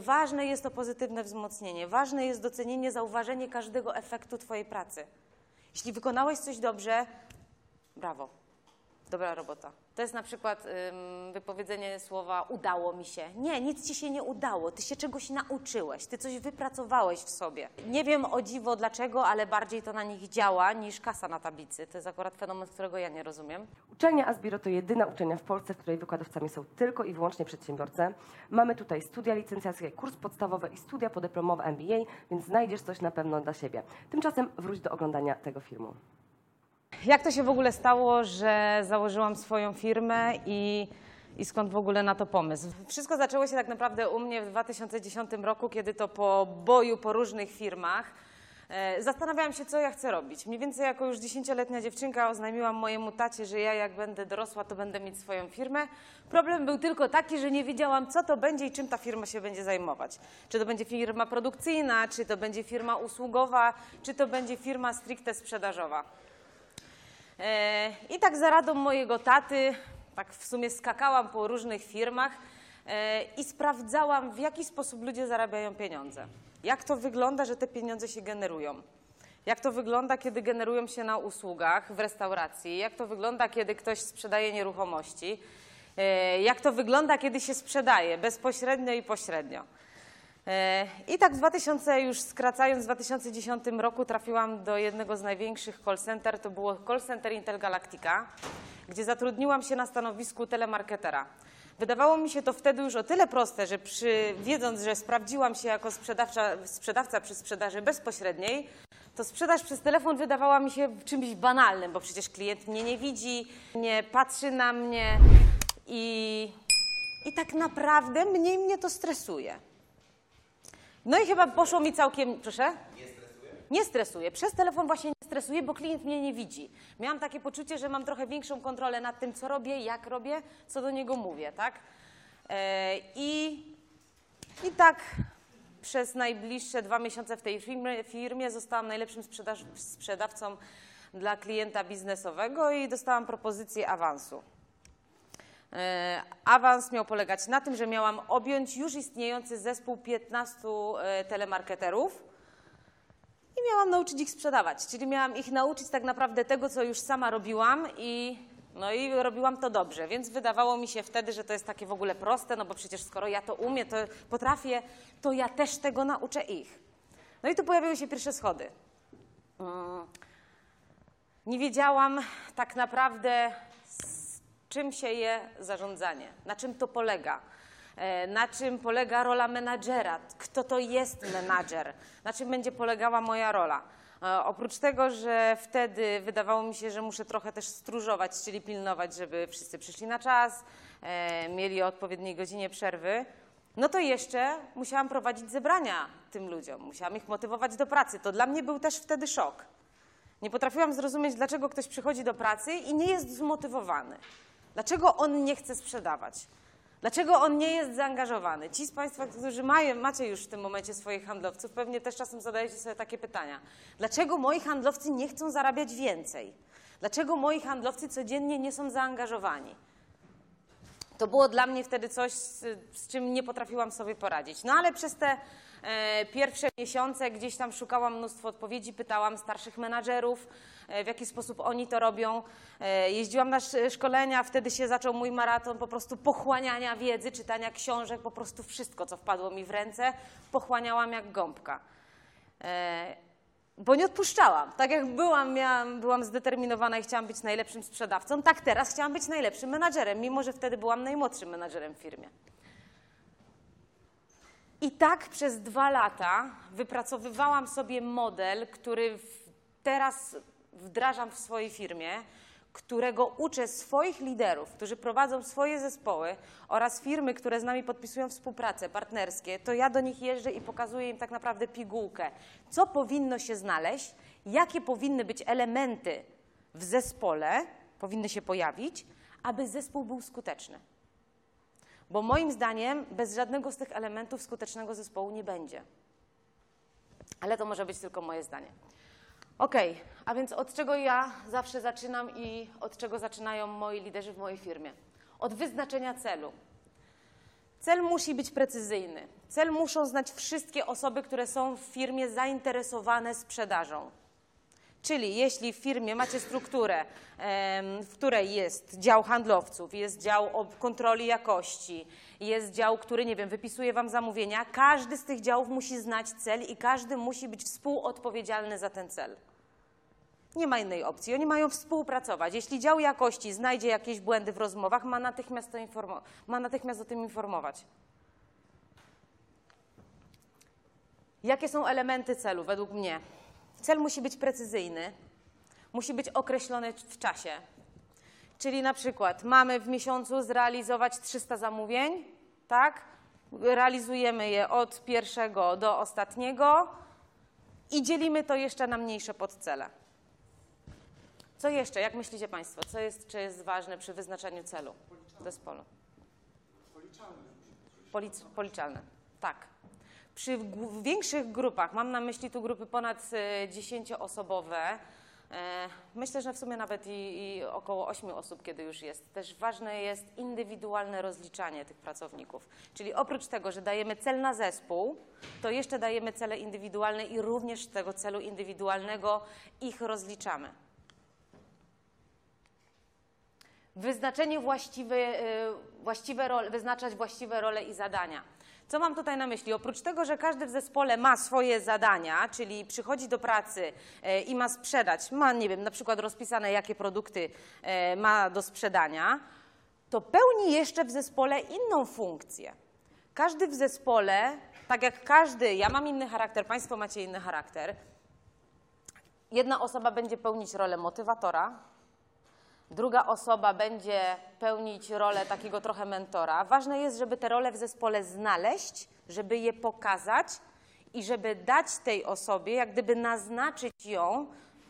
ważne jest to pozytywne wzmocnienie, ważne jest docenienie, zauważenie każdego efektu twojej pracy. Jeśli wykonałeś coś dobrze, brawo, dobra robota. To jest na przykład wypowiedzenie słowa udało mi się. Nie, nic ci się nie udało, ty się czegoś nauczyłeś, ty coś wypracowałeś w sobie. Nie wiem o dziwo dlaczego, ale bardziej to na nich działa niż kasa na tablicy. To jest akurat fenomen, którego ja nie rozumiem. Uczelnia Asbiro to jedyna uczelnia w Polsce, w której wykładowcami są tylko i wyłącznie przedsiębiorcy. Mamy tutaj studia licencjackie, kurs podstawowy i studia podyplomowe MBA, więc znajdziesz coś na pewno dla siebie. Tymczasem wróć do oglądania tego filmu. Jak to się w ogóle stało, że założyłam swoją firmę i skąd w ogóle na to pomysł? Wszystko zaczęło się tak naprawdę u mnie w 2010 roku, kiedy to po boju po różnych firmach zastanawiałam się, co ja chcę robić. Mniej więcej jako już 10-letnia dziewczynka oznajmiłam mojemu tacie, że ja jak będę dorosła, to będę mieć swoją firmę. Problem był tylko taki, że nie wiedziałam, co to będzie i czym ta firma się będzie zajmować. Czy to będzie firma produkcyjna, czy to będzie firma usługowa, czy to będzie firma stricte sprzedażowa. I tak za radą mojego taty, tak w sumie skakałam po różnych firmach i sprawdzałam, w jaki sposób ludzie zarabiają pieniądze. Jak to wygląda, że te pieniądze się generują. Jak to wygląda, kiedy generują się na usługach, w restauracji. Jak to wygląda, kiedy ktoś sprzedaje nieruchomości. Jak to wygląda, kiedy się sprzedaje bezpośrednio i pośrednio. I tak już skracając, w 2010 roku trafiłam do jednego z największych call center, to było call center Intel Galactica, gdzie zatrudniłam się na stanowisku telemarketera. Wydawało mi się to wtedy już o tyle proste, że wiedząc, że sprawdziłam się jako sprzedawca przy sprzedaży bezpośredniej, to sprzedaż przez telefon wydawała mi się czymś banalnym, bo przecież klient mnie nie widzi, nie patrzy na mnie i tak naprawdę mniej mnie to stresuje. No i chyba poszło mi całkiem... Proszę? Nie stresuje? Nie stresuje. Przez telefon właśnie nie stresuje, bo klient mnie nie widzi. Miałam takie poczucie, że mam trochę większą kontrolę nad tym, co robię, jak robię, co do niego mówię, tak? I tak przez najbliższe 2 miesiące w tej firmie zostałam najlepszym sprzedawcą dla klienta biznesowego i dostałam propozycję awansu. Awans miał polegać na tym, że miałam objąć już istniejący zespół 15 telemarketerów i miałam nauczyć ich sprzedawać, czyli miałam ich nauczyć tak naprawdę tego, co już sama robiłam i robiłam to dobrze, więc wydawało mi się wtedy, że to jest takie w ogóle proste, no bo przecież skoro ja to umiem, to potrafię, to ja też tego nauczę ich. No i tu pojawiły się pierwsze schody. Nie wiedziałam tak naprawdę, czym się je zarządzanie, na czym to polega, na czym polega rola menadżera, kto to jest menadżer, na czym będzie polegała moja rola. Oprócz tego, że wtedy wydawało mi się, że muszę trochę też stróżować, czyli pilnować, żeby wszyscy przyszli na czas, mieli o odpowiedniej godzinie przerwy, no to jeszcze musiałam prowadzić zebrania tym ludziom, musiałam ich motywować do pracy. To dla mnie był też wtedy szok. Nie potrafiłam zrozumieć, dlaczego ktoś przychodzi do pracy i nie jest zmotywowany. Dlaczego on nie chce sprzedawać? Dlaczego on nie jest zaangażowany? Ci z Państwa, którzy macie już w tym momencie swoich handlowców, pewnie też czasem zadajecie sobie takie pytania. Dlaczego moi handlowcy nie chcą zarabiać więcej? Dlaczego moi handlowcy codziennie nie są zaangażowani? To było dla mnie wtedy coś, z czym nie potrafiłam sobie poradzić. No ale przez te pierwsze miesiące gdzieś tam szukałam mnóstwo odpowiedzi, pytałam starszych menadżerów, w jaki sposób oni to robią. Jeździłam na szkolenia, wtedy się zaczął mój maraton po prostu pochłaniania wiedzy, czytania książek, po prostu wszystko, co wpadło mi w ręce, pochłaniałam jak gąbka. Bo nie odpuszczałam. Tak jak byłam zdeterminowana i chciałam być najlepszym sprzedawcą, tak teraz chciałam być najlepszym menadżerem, mimo że wtedy byłam najmłodszym menadżerem w firmie. I tak przez 2 lata wypracowywałam sobie model, który teraz wdrażam w swojej firmie, którego uczę swoich liderów, którzy prowadzą swoje zespoły oraz firmy, które z nami podpisują współpracę partnerskie, to ja do nich jeżdżę i pokazuję im tak naprawdę pigułkę, co powinno się znaleźć, jakie powinny być elementy w zespole, powinny się pojawić, aby zespół był skuteczny. Bo moim zdaniem bez żadnego z tych elementów skutecznego zespołu nie będzie. Ale to może być tylko moje zdanie. Okej, a więc od czego ja zawsze zaczynam i od czego zaczynają moi liderzy w mojej firmie? Od wyznaczenia celu. Cel musi być precyzyjny. Cel muszą znać wszystkie osoby, które są w firmie zainteresowane sprzedażą. Czyli jeśli w firmie macie strukturę, w której jest dział handlowców, jest dział kontroli jakości, jest dział, który, nie wiem, wypisuje wam zamówienia, każdy z tych działów musi znać cel i każdy musi być współodpowiedzialny za ten cel. Nie ma innej opcji. Oni mają współpracować. Jeśli dział jakości znajdzie jakieś błędy w rozmowach, ma natychmiast o tym informować. Jakie są elementy celu według mnie? Cel musi być precyzyjny, musi być określony w czasie. Czyli na przykład mamy w miesiącu zrealizować 300 zamówień, tak? Realizujemy je od pierwszego do ostatniego i dzielimy to jeszcze na mniejsze podcele. Co jeszcze? Jak myślicie Państwo? Czy jest ważne przy wyznaczaniu celu w zespole? Policzalne. Tak. Przy większych grupach, mam na myśli tu grupy ponad 10-osobowe, myślę, że w sumie nawet i około 8 osób, kiedy już jest. Też ważne jest indywidualne rozliczanie tych pracowników. Czyli oprócz tego, że dajemy cel na zespół, to jeszcze dajemy cele indywidualne i również z tego celu indywidualnego ich rozliczamy. Wyznaczenie wyznaczać właściwe role i zadania. Co mam tutaj na myśli? Oprócz tego, że każdy w zespole ma swoje zadania, czyli przychodzi do pracy i ma sprzedać, ma, nie wiem, na przykład rozpisane, jakie produkty ma do sprzedania, to pełni jeszcze w zespole inną funkcję. Każdy w zespole, tak jak każdy, ja mam inny charakter, Państwo macie inny charakter, jedna osoba będzie pełnić rolę motywatora, druga osoba będzie pełnić rolę takiego trochę mentora. Ważne jest, żeby te role w zespole znaleźć, żeby je pokazać i żeby dać tej osobie, jak gdyby naznaczyć ją.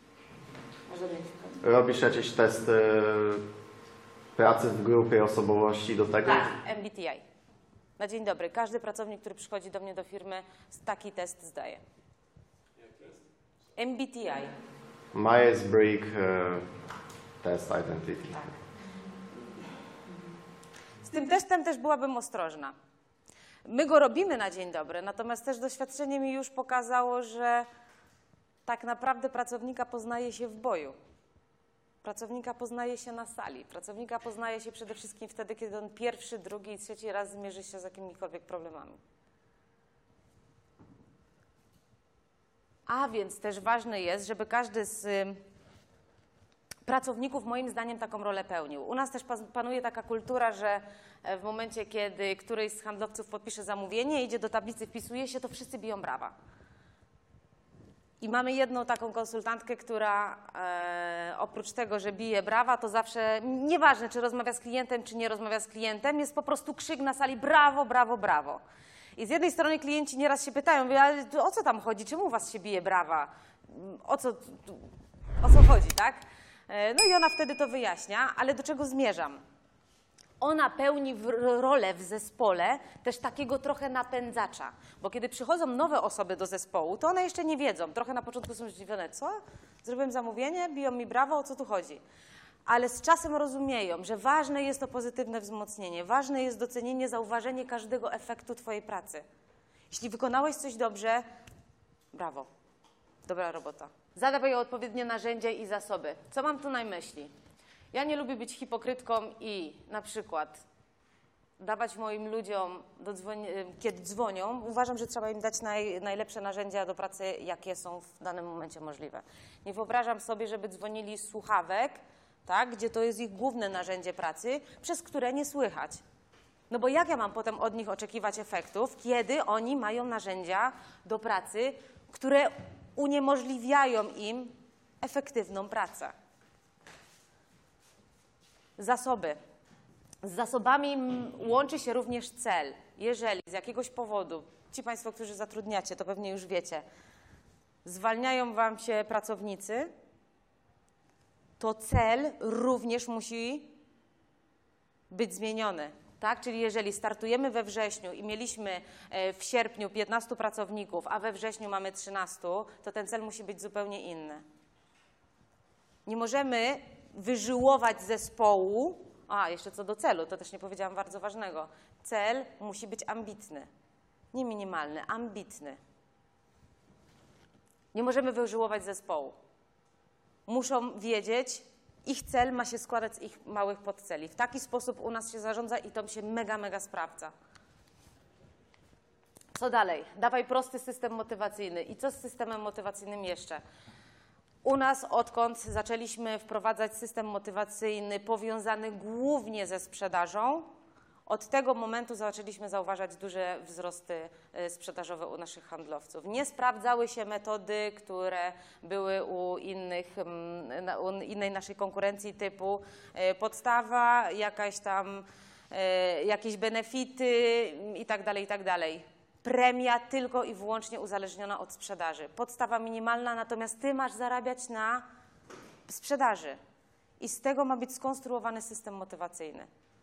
Robisz jakieś testy pracy w grupie, osobowości do tego? Tak, MBTI. Na dzień dobry. Każdy pracownik, który przychodzi do mnie do firmy, taki test zdaje. Jak jest? MBTI. Myers-Briggs Test Identity. Tak. Z tym testem też byłabym ostrożna. My go robimy na dzień dobry, natomiast też doświadczenie mi już pokazało, że tak naprawdę pracownika poznaje się w boju. Pracownika poznaje się na sali. Pracownika poznaje się przede wszystkim wtedy, kiedy on pierwszy, drugi i trzeci raz zmierzy się z jakimikolwiek problemami. A więc też ważne jest, żeby każdy z pracowników moim zdaniem taką rolę pełnił. U nas też panuje taka kultura, że w momencie, kiedy któryś z handlowców podpisze zamówienie, idzie do tablicy, wpisuje się, to wszyscy biją brawa. I mamy jedną taką konsultantkę, która oprócz tego, że bije brawa, to zawsze, nieważne czy rozmawia z klientem, czy nie rozmawia z klientem, jest po prostu krzyk na sali brawo, brawo, brawo. I z jednej strony klienci nieraz się pytają, ale o co tam chodzi, czemu u was się bije brawa, o co chodzi, tak? No i ona wtedy to wyjaśnia, ale do czego zmierzam? Ona pełni rolę w zespole też takiego trochę napędzacza, bo kiedy przychodzą nowe osoby do zespołu, to one jeszcze nie wiedzą. Trochę na początku są zdziwione, co? Zrobiłem zamówienie, biją mi brawo, o co tu chodzi? Ale z czasem rozumieją, że ważne jest to pozytywne wzmocnienie, ważne jest docenienie, zauważenie każdego efektu twojej pracy. Jeśli wykonałeś coś dobrze, brawo, dobra robota. Zadawaj odpowiednie narzędzia i zasoby. Co mam tu na myśli? Ja nie lubię być hipokrytką i na przykład dawać moim ludziom, kiedy dzwonią, uważam, że trzeba im dać najlepsze narzędzia do pracy, jakie są w danym momencie możliwe. Nie wyobrażam sobie, żeby dzwonili z słuchawek, tak, gdzie to jest ich główne narzędzie pracy, przez które nie słychać. No bo jak ja mam potem od nich oczekiwać efektów, kiedy oni mają narzędzia do pracy, które uniemożliwiają im efektywną pracę. Zasoby. Z zasobami łączy się również cel. Jeżeli z jakiegoś powodu, ci Państwo, którzy zatrudniacie, to pewnie już wiecie, zwalniają Wam się pracownicy, to cel również musi być zmieniony. Tak? Czyli jeżeli startujemy we wrześniu i mieliśmy w sierpniu 15 pracowników, a we wrześniu mamy 13, to ten cel musi być zupełnie inny. Nie możemy wyżyłować zespołu. A, jeszcze co do celu, to też nie powiedziałam bardzo ważnego. Cel musi być ambitny. nie minimalny, ambitny. Nie możemy wyżyłować zespołu. Muszą wiedzieć, ich cel ma się składać z ich małych podceli. W taki sposób u nas się zarządza i to się mega sprawdza. Co dalej? Dawaj prosty system motywacyjny. I co z systemem motywacyjnym jeszcze? U nas, odkąd zaczęliśmy wprowadzać system motywacyjny powiązany głównie ze sprzedażą, od tego momentu zaczęliśmy zauważać duże wzrosty sprzedażowe u naszych handlowców. Nie sprawdzały się metody, które były u innej naszej konkurencji typu podstawa, jakieś benefity itd., itd. Premia tylko i wyłącznie uzależniona od sprzedaży. Podstawa minimalna, natomiast ty masz zarabiać na sprzedaży. I z tego ma być skonstruowany system motywacyjny.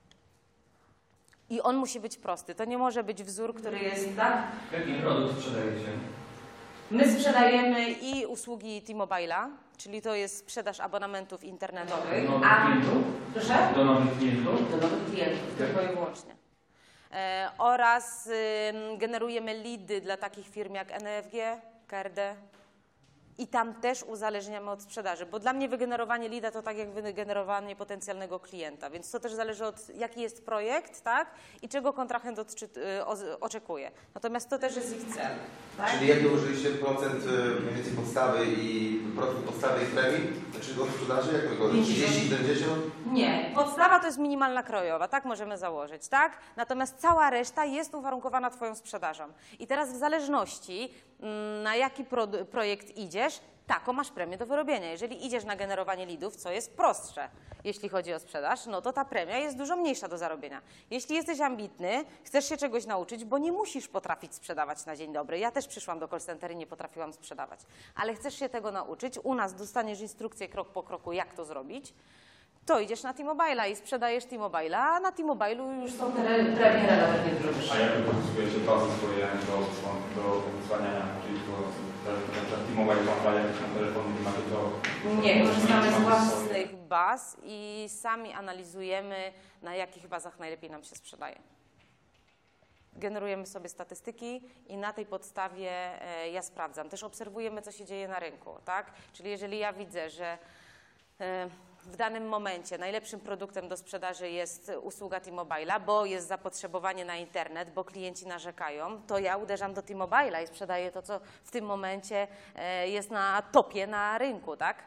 I on musi być prosty. To nie może być wzór, który jest tak. Jaki produkt sprzedajecie? My sprzedajemy i usługi T-Mobile'a, czyli to jest sprzedaż abonamentów internetowych. Do nowych klientów? Proszę? Do nowych klientów? Do nowych klientów, tylko i wyłącznie. Oraz generujemy leady dla takich firm jak NFG, KRD i tam też uzależniamy od sprzedaży, bo dla mnie wygenerowanie leada to tak jak wygenerowanie potencjalnego klienta, więc to też zależy od jaki jest projekt, tak, i czego kontrahent oczekuje. Natomiast to też jest ich cel. Tak? Czyli jaki użyliście procent mniej więcej podstawy i procent podstawy i premii? Znaczy od sprzedaży? Jak wygląda? 30, 40? Nie. Podstawa to jest minimalna krojowa, tak możemy założyć, tak? Natomiast cała reszta jest uwarunkowana Twoją sprzedażą. I teraz w zależności na jaki projekt idziesz, taką masz premię do wyrobienia. Jeżeli idziesz na generowanie leadów, co jest prostsze, jeśli chodzi o sprzedaż, no to ta premia jest dużo mniejsza do zarobienia. Jeśli jesteś ambitny, chcesz się czegoś nauczyć, bo nie musisz potrafić sprzedawać na dzień dobry. Ja też przyszłam do call center i nie potrafiłam sprzedawać. Ale chcesz się tego nauczyć, u nas dostaniesz instrukcję krok po kroku, jak to zrobić, to idziesz na T-Mobile'a i sprzedajesz T-Mobile'a, a na T-Mobile'u już są te premie relatywnie dużo wyższe. A jak wykorzystujecie bazy swoje do wyzwaniania? Czyli T-Mobile ma jakieś tam telefony, nie macie to? Nie, korzystamy z własnych baz i sami analizujemy, na jakich bazach najlepiej nam się sprzedaje. Generujemy sobie statystyki i na tej podstawie ja sprawdzam. Też obserwujemy, co się dzieje na rynku, tak? Czyli jeżeli ja widzę, że w danym momencie najlepszym produktem do sprzedaży jest usługa T-Mobile'a, bo jest zapotrzebowanie na internet, bo klienci narzekają, to ja uderzam do T-Mobile'a i sprzedaję to, co w tym momencie jest na topie na rynku, tak?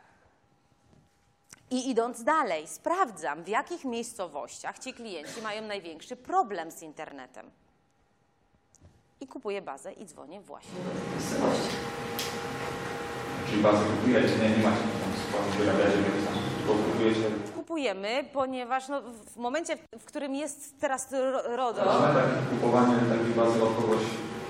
I idąc dalej, sprawdzam, w jakich miejscowościach ci klienci mają największy problem z internetem. I kupuję bazę i dzwonię właśnie do tej miejscowości. Czyli bazę kupujecie, nie macie tam składu, wyrabiacie jakieś tam, bo kupujecie... Kupujemy, ponieważ no, w momencie, w którym jest teraz RODO... Zaczyna takie kupowanie takiej bazy od kogoś,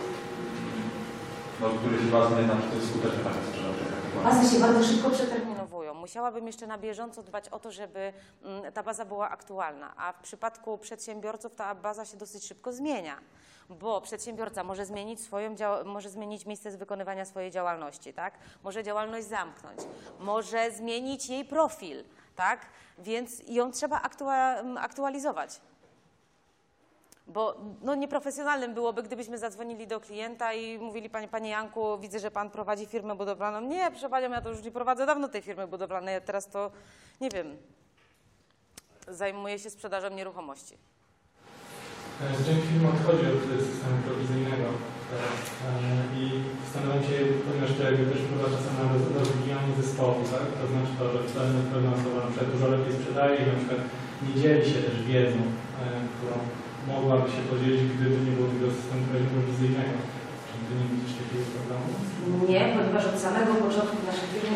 no, któryś z Was nie zna, czy to jest skuteczne taka sprzedaż. Bazy się bardzo szybko przeterminowują. Musiałabym jeszcze na bieżąco dbać o to, żeby ta baza była aktualna, a w przypadku przedsiębiorców ta baza się dosyć szybko zmienia, bo przedsiębiorca może zmienić miejsce wykonywania swojej działalności, tak? Może działalność zamknąć, może zmienić jej profil, tak? Więc ją trzeba aktualizować. Bo no, nieprofesjonalnym byłoby, gdybyśmy zadzwonili do klienta i mówili, panie Janku, widzę, że pan prowadzi firmę budowlaną. Nie, proszę panią, ja to już nie prowadzę dawno tej firmy budowlanej, ja teraz to, nie wiem, zajmuję się sprzedażą nieruchomości. Część firm odchodzi od systemu prowizyjnego i zastanawiam się, ponieważ to jakby też wpływa czasem na rozwijanie zespołu, tak? To znaczy to, że pewna osoba na przykład dużo lepiej sprzedaje i na przykład nie dzieli się też wiedzą, którą mogłaby się podzielić, gdyby nie było tego systemu prowizyjnego. Czy ty nie widzisz takiego problemu? Nie, ponieważ od samego początku naszej firmy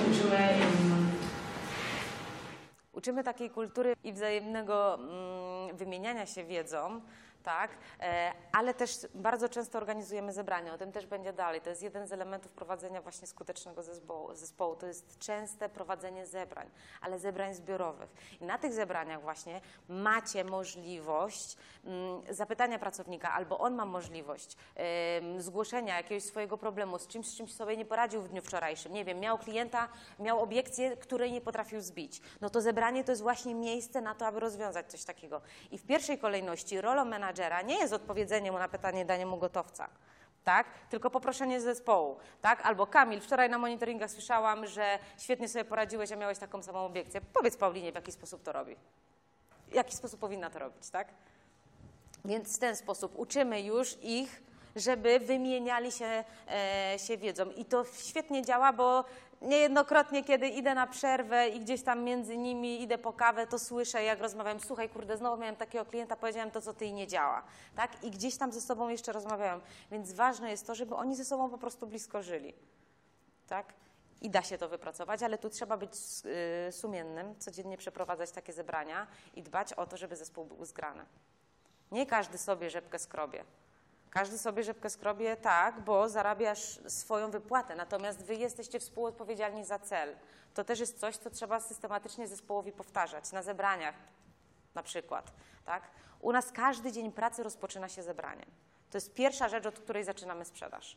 uczymy takiej kultury i wzajemnego wymieniania się wiedzą, tak, ale też bardzo często organizujemy zebrania, o tym też będzie dalej. To jest jeden z elementów prowadzenia właśnie skutecznego zespołu. To jest częste prowadzenie zebrań, ale zebrań zbiorowych. I na tych zebraniach właśnie macie możliwość zapytania pracownika, albo on ma możliwość zgłoszenia jakiegoś swojego problemu, z czymś sobie nie poradził w dniu wczorajszym. Nie wiem, miał klienta, miał obiekcję, której nie potrafił zbić. No to zebranie to jest właśnie miejsce na to, aby rozwiązać coś takiego. I w pierwszej kolejności rolą menadżera nie jest odpowiedzenie mu na pytanie, danie mu gotowca. tak? Tylko poproszenie zespołu, tak? Albo Kamil, wczoraj na monitoringach słyszałam, że świetnie sobie poradziłeś, a miałeś taką samą obiekcję. Powiedz Paulinie, w jaki sposób to robi. W jaki sposób powinna to robić, tak? Więc w ten sposób uczymy już ich, żeby wymieniali się wiedzą. I to świetnie działa, bo niejednokrotnie, kiedy idę na przerwę i gdzieś tam między nimi idę po kawę, to słyszę, jak rozmawiam, słuchaj, kurde, znowu miałem takiego klienta, powiedziałem to, co ty i nie działa. Tak? I gdzieś tam ze sobą jeszcze rozmawiają. Więc ważne jest to, żeby oni ze sobą po prostu blisko żyli. Tak? I da się to wypracować, ale tu trzeba być sumiennym, codziennie przeprowadzać takie zebrania i dbać o to, żeby zespół był zgrany. Nie każdy sobie rzepkę skrobie. Każdy sobie rzepkę skrobie tak, bo zarabiasz swoją wypłatę, natomiast wy jesteście współodpowiedzialni za cel. To też jest coś, co trzeba systematycznie zespołowi powtarzać, na zebraniach na przykład. Tak? U nas każdy dzień pracy rozpoczyna się zebraniem. To jest pierwsza rzecz, od której zaczynamy sprzedaż.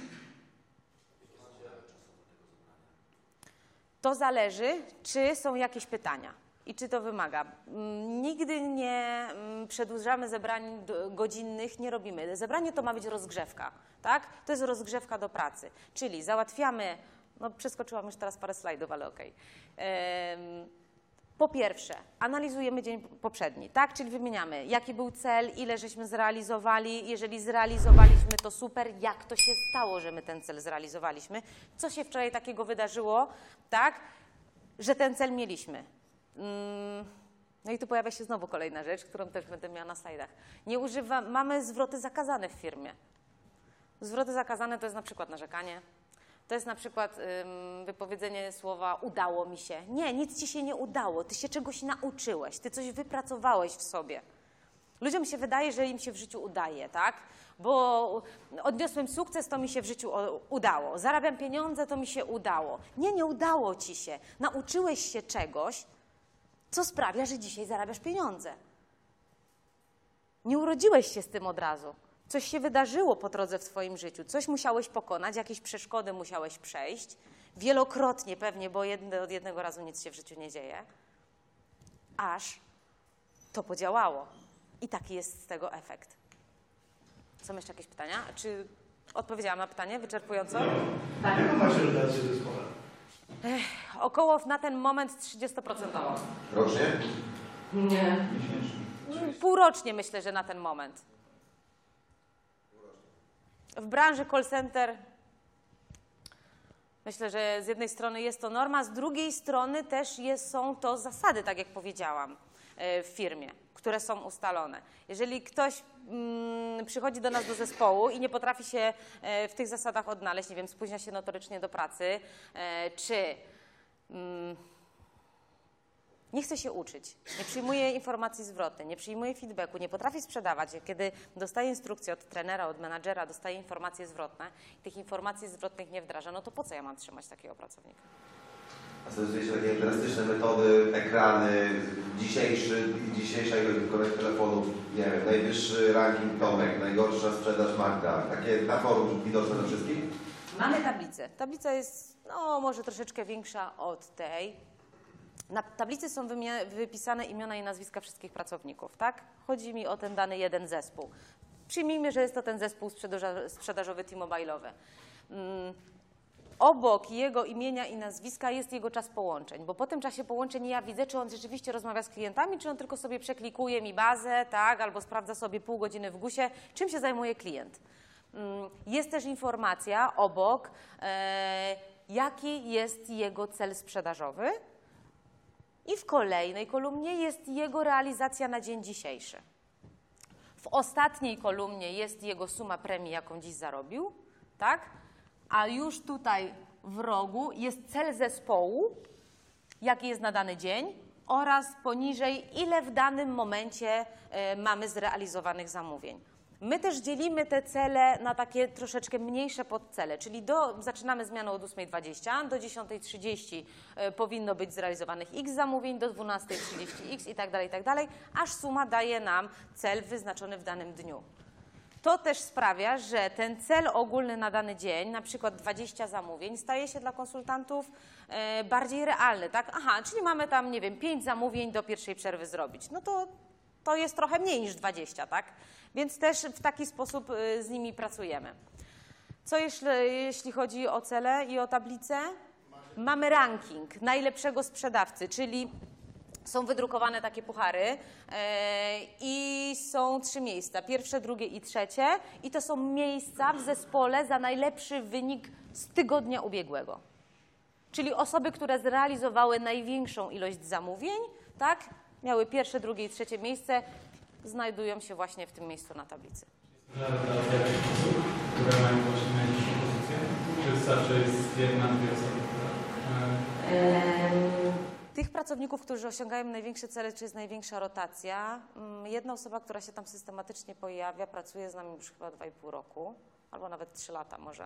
To zależy, czy są jakieś pytania i czy to wymaga. Nigdy nie przedłużamy zebrań godzinnych, nie robimy. Zebranie to ma być rozgrzewka, tak? To jest rozgrzewka do pracy, czyli załatwiamy, no przeskoczyłam już teraz parę slajdów, ale okej. Po pierwsze, analizujemy dzień poprzedni, tak? Czyli wymieniamy, jaki był cel, ile żeśmy zrealizowali. Jeżeli zrealizowaliśmy, to super. Jak to się stało, że my ten cel zrealizowaliśmy? Co się wczoraj takiego wydarzyło, tak? Że ten cel mieliśmy. No i tu pojawia się znowu kolejna rzecz, którą też będę miała na slajdach. Mamy zwroty zakazane w firmie. Zwroty zakazane to jest na przykład narzekanie. To jest na przykład wypowiedzenie słowa udało mi się. Nie, nic ci się nie udało. Ty się czegoś nauczyłeś. Ty coś wypracowałeś w sobie. Ludziom się wydaje, że im się w życiu udaje, tak? Bo odniosłem sukces, to mi się w życiu udało. Zarabiam pieniądze, to mi się udało. Nie, nie udało ci się. Nauczyłeś się czegoś, co sprawia, że dzisiaj zarabiasz pieniądze. Nie urodziłeś się z tym od razu. Coś się wydarzyło po drodze w twoim życiu, coś musiałeś pokonać, jakieś przeszkody musiałeś przejść, wielokrotnie pewnie, bo od jednego razu nic się w życiu nie dzieje, aż to podziałało. I taki jest z tego efekt. Są jeszcze jakieś pytania? Czy odpowiedziałam na pytanie wyczerpująco? Tak. Jaką macie relację z zespołem? Około na ten moment 30%. Rocznie? Nie. Półrocznie myślę, że na ten moment. W branży call center myślę, że z jednej strony jest to norma, z drugiej strony też są to zasady, tak jak powiedziałam, w firmie, które są ustalone. Jeżeli ktoś przychodzi do nas do zespołu i nie potrafi się w tych zasadach odnaleźć, nie wiem, spóźnia się notorycznie do pracy, czy nie chce się uczyć, nie przyjmuje informacji zwrotnej, nie przyjmuje feedbacku, nie potrafi sprzedawać. Kiedy dostaje instrukcję od trenera, od menadżera, dostaje informacje zwrotne i tych informacji zwrotnych nie wdraża, no to po co ja mam trzymać takiego pracownika? A stosujecie takie drastyczne metody, ekrany, dzisiejsza ilość wykonanych telefonów, nie wiem, najwyższy ranking Tomek, najgorsza sprzedaż Magda, takie na forum widoczne dla wszystkich? Mamy tablicę. Tablica jest, no, może troszeczkę większa od tej. Na tablicy są wypisane imiona i nazwiska wszystkich pracowników, tak? Chodzi mi o ten dany jeden zespół. Przyjmijmy, że jest to ten zespół sprzedażowy T-Mobile'owy. Obok jego imienia i nazwiska jest jego czas połączeń, bo po tym czasie połączeń ja widzę, czy on rzeczywiście rozmawia z klientami, czy on tylko sobie przeklikuje mi bazę, tak? Albo sprawdza sobie pół godziny w GUS-ie, czym się zajmuje klient. Jest też informacja obok, jaki jest jego cel sprzedażowy. I w kolejnej kolumnie jest jego realizacja na dzień dzisiejszy. W ostatniej kolumnie jest jego suma premii, jaką dziś zarobił, tak? A już tutaj w rogu jest cel zespołu, jaki jest na dany dzień oraz poniżej, ile w danym momencie mamy zrealizowanych zamówień. My też dzielimy te cele na takie troszeczkę mniejsze podcele, czyli zaczynamy zmianę od 8:20, do 10:30 powinno być zrealizowanych x zamówień, do 12:30 x i tak dalej, aż suma daje nam cel wyznaczony w danym dniu. To też sprawia, że ten cel ogólny na dany dzień, na przykład 20 zamówień, staje się dla konsultantów bardziej realny, tak? Aha, czyli mamy tam, nie wiem, 5 zamówień do pierwszej przerwy zrobić. No to jest trochę mniej niż 20, tak? Więc też w taki sposób z nimi pracujemy. Co jeśli chodzi o cele i o tablicę? Mamy ranking najlepszego sprzedawcy, czyli są wydrukowane takie puchary i są 3 miejsca, pierwsze, drugie i trzecie i to są miejsca w zespole za najlepszy wynik z tygodnia ubiegłego. Czyli osoby, które zrealizowały największą ilość zamówień, tak, miały pierwsze, drugie i trzecie miejsce, znajdują się właśnie w tym miejscu na tablicy. Dla jakichś osób, które mają właśnie najniższą pozycję? Czy wystarczy jest jedna, dwie osoby, Tych pracowników, którzy osiągają największe cele, czy jest największa rotacja, jedna osoba, która się tam systematycznie pojawia, pracuje z nami już chyba 2,5 roku, albo nawet 3 lata może.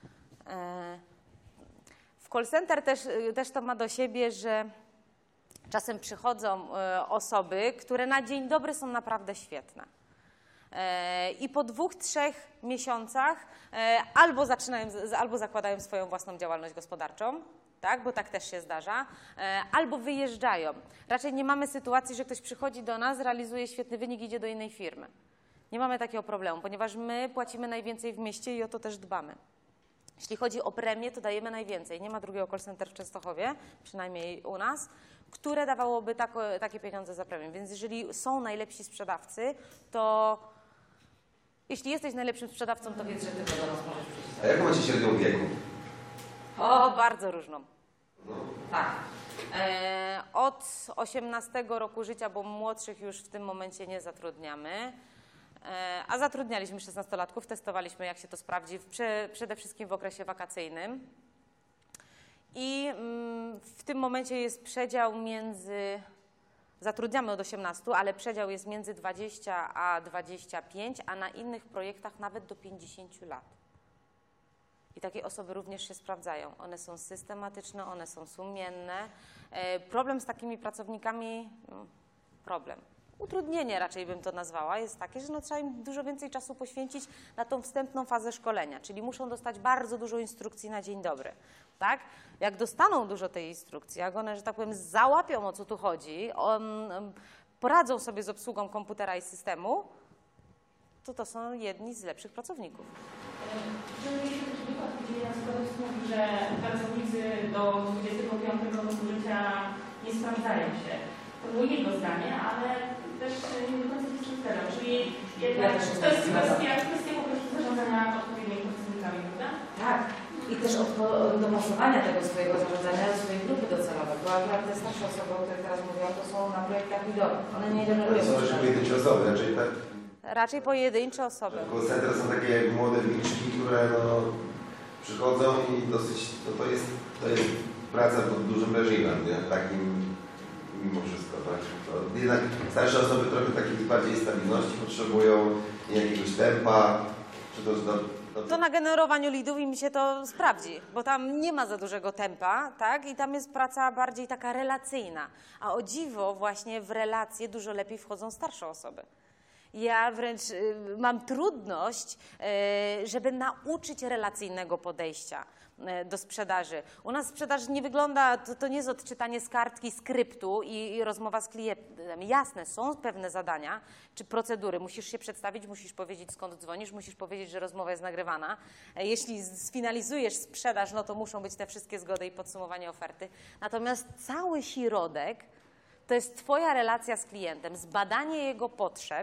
W call center też to ma do siebie, że czasem przychodzą osoby, które na dzień dobry są naprawdę świetne. I po 2-3 miesiącach albo zakładają swoją własną działalność gospodarczą, tak, bo tak też się zdarza, albo wyjeżdżają. Raczej nie mamy sytuacji, że ktoś przychodzi do nas, realizuje świetny wynik i idzie do innej firmy. Nie mamy takiego problemu, ponieważ my płacimy najwięcej w mieście i o to też dbamy. Jeśli chodzi o premię, to dajemy najwięcej. Nie ma drugiego call center w Częstochowie, przynajmniej u nas, które dawałoby takie pieniądze za premię. Więc jeżeli są najlepsi sprzedawcy, to jeśli jesteś najlepszym sprzedawcą, to wiedz, że tylko do nas możesz przyjść. A jaką macie średnią wieku? O, bardzo różną. Tak. Od 18 roku życia, bo młodszych już w tym momencie nie zatrudniamy, a zatrudnialiśmy 16-latków, testowaliśmy, jak się to sprawdzi, przede wszystkim w okresie wakacyjnym. I w tym momencie jest przedział zatrudniamy od 18, ale przedział jest między 20 a 25, a na innych projektach nawet do 50 lat. I takie osoby również się sprawdzają. One są systematyczne, one są sumienne. Problem z takimi pracownikami, utrudnienie raczej bym to nazwała, jest takie, że trzeba im dużo więcej czasu poświęcić na tą wstępną fazę szkolenia, czyli muszą dostać bardzo dużo instrukcji na dzień dobry. Tak? Jak dostaną dużo tej instrukcji, jak one, że tak powiem, załapią, o co tu chodzi, poradzą sobie z obsługą komputera i systemu, to są jedni z lepszych pracowników. Mieliśmy też wykład, gdzie na przykład mówi, że pracownicy do 25 roku życia nie sprawdzają się. To było jego zdanie, ale też nie do końca się zgadzam. Czyli jednak to jest kwestia po prostu zarządzania odpowiednimi pracownikami, prawda? Tak. I też dopasowania tego swojego zarządzania do swojej grupy docelowej. Bo akurat te starsze osoby, o których teraz mówiłam, to są na projektach widowych. One nie generują. To są też pojedyncze osoby, Raczej pojedyncze osoby. Call center są takie młode wilczki, które przychodzą i dosyć, to jest praca pod dużym reżimem, nie? Takim mimo wszystko, tak? To jednak starsze osoby trochę takiej bardziej stabilności potrzebują, jakiegoś tempa, czy To na generowaniu leadów i mi się to sprawdzi, bo tam nie ma za dużego tempa, tak? I tam jest praca bardziej taka relacyjna. A o dziwo właśnie w relacje dużo lepiej wchodzą starsze osoby. Ja wręcz mam trudność, żeby nauczyć relacyjnego podejścia do sprzedaży. U nas sprzedaż nie wygląda, to nie jest odczytanie z kartki skryptu i rozmowa z klientem. Jasne, są pewne zadania czy procedury. Musisz się przedstawić, musisz powiedzieć, skąd dzwonisz, musisz powiedzieć, że rozmowa jest nagrywana. Jeśli sfinalizujesz sprzedaż, no to muszą być te wszystkie zgody i podsumowanie oferty. Natomiast cały środek to jest twoja relacja z klientem, zbadanie jego potrzeb,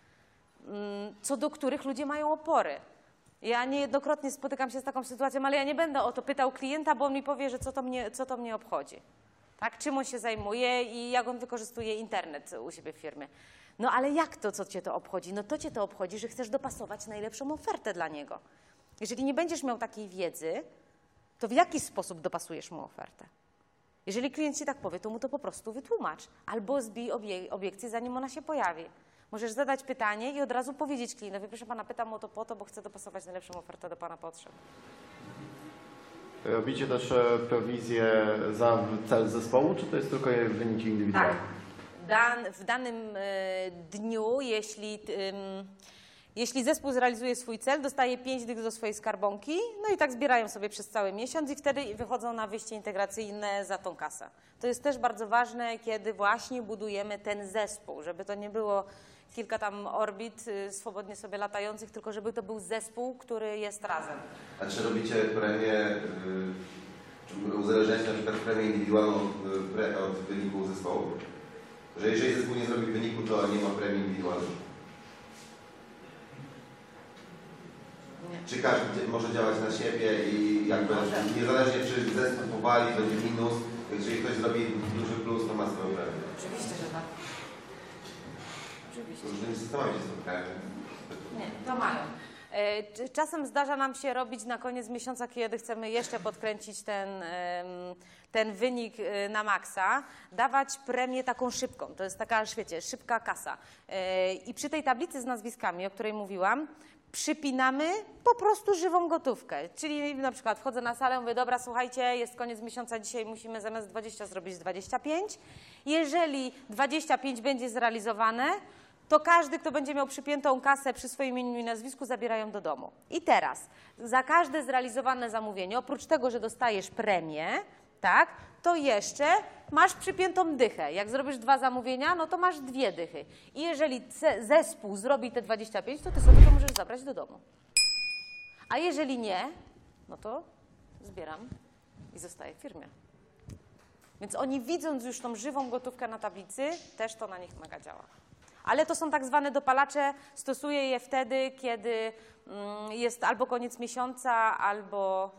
co do których ludzie mają opory. Ja niejednokrotnie spotykam się z taką sytuacją, ale ja nie będę o to pytał klienta, bo on mi powie, że co to mnie obchodzi. Tak? Czym on się zajmuje i jak on wykorzystuje internet u siebie w firmie. No ale jak to, co cię to obchodzi? No to cię to obchodzi, że chcesz dopasować najlepszą ofertę dla niego. Jeżeli nie będziesz miał takiej wiedzy, to w jaki sposób dopasujesz mu ofertę? Jeżeli klient ci tak powie, to mu to po prostu wytłumacz. Albo zbij obiekcję, zanim ona się pojawi. Możesz zadać pytanie i od razu powiedzieć klientowi, proszę pana, pytam o to po to, bo chcę dopasować najlepszą ofertę do pana potrzeb. Robicie też prowizję za cel zespołu, czy to jest tylko wyniki indywidualne? Tak. W danym dniu, jeśli zespół zrealizuje swój cel, dostaje 5 dych do swojej skarbonki, no i tak zbierają sobie przez cały miesiąc i wtedy wychodzą na wyjście integracyjne za tą kasę. To jest też bardzo ważne, kiedy właśnie budujemy ten zespół, żeby to nie było kilka tam orbit swobodnie sobie latających, tylko żeby to był zespół, który jest razem. A czy robicie premię, czy uzależniacie na przykład premię indywidualną od wyniku zespołu? Że jeżeli zespół nie zrobi wyniku, to nie ma premii indywidualnej? Czy każdy może działać na siebie i jakby niezależnie czy zespół powali, będzie minus, jeżeli ktoś zrobi duży plus, to ma swoją premię? Oczywiście, że tak. Oczywiście. Różnymi systemami się spotkają. Nie, to mają. Czasem zdarza nam się robić na koniec miesiąca, kiedy chcemy jeszcze podkręcić ten wynik na maksa, dawać premię taką szybką. To jest taka, wiecie, szybka kasa. I przy tej tablicy z nazwiskami, o której mówiłam, przypinamy po prostu żywą gotówkę. Czyli na przykład wchodzę na salę, mówię, dobra, słuchajcie, jest koniec miesiąca, dzisiaj musimy zamiast 20 zrobić 25. Jeżeli 25 będzie zrealizowane, to każdy, kto będzie miał przypiętą kasę przy swoim imieniu i nazwisku, zabierają do domu. I teraz, za każde zrealizowane zamówienie, oprócz tego, że dostajesz premię, tak, to jeszcze masz przypiętą dychę. Jak zrobisz 2 zamówienia, no to masz 2 dychy. I jeżeli zespół zrobi te 25, to ty sobie to możesz zabrać do domu. A jeżeli nie, no to zbieram i zostaję w firmie. Więc oni, widząc już tą żywą gotówkę na tablicy, też to na nich mega działa. Ale to są tak zwane dopalacze, stosuję je wtedy, kiedy jest albo koniec miesiąca, albo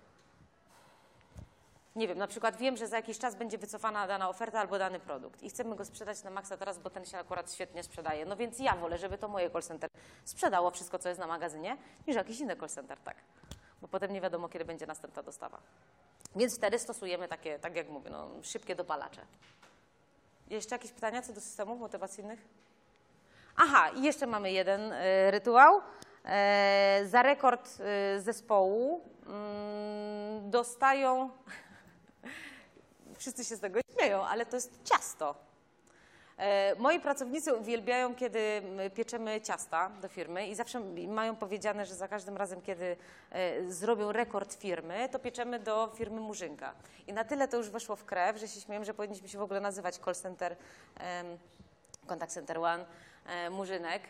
nie wiem, na przykład wiem, że za jakiś czas będzie wycofana dana oferta albo dany produkt i chcemy go sprzedać na maksa teraz, bo ten się akurat świetnie sprzedaje. No więc ja wolę, żeby to moje call center sprzedało wszystko, co jest na magazynie, niż jakiś inny call center, tak. Bo potem nie wiadomo, kiedy będzie następna dostawa. Więc wtedy stosujemy takie, tak jak mówię, no, szybkie dopalacze. Jeszcze jakieś pytania co do systemów motywacyjnych? Aha, i jeszcze mamy jeden rytuał. Za rekord zespołu dostają, wszyscy się z tego śmieją, ale to jest ciasto. Moi pracownicy uwielbiają, kiedy pieczemy ciasta do firmy i zawsze mają powiedziane, że za każdym razem, kiedy zrobią rekord firmy, to pieczemy do firmy Murzynka. I na tyle to już weszło w krew, że się śmieją, że powinniśmy się w ogóle nazywać call center, Contact Center One, Murzynek.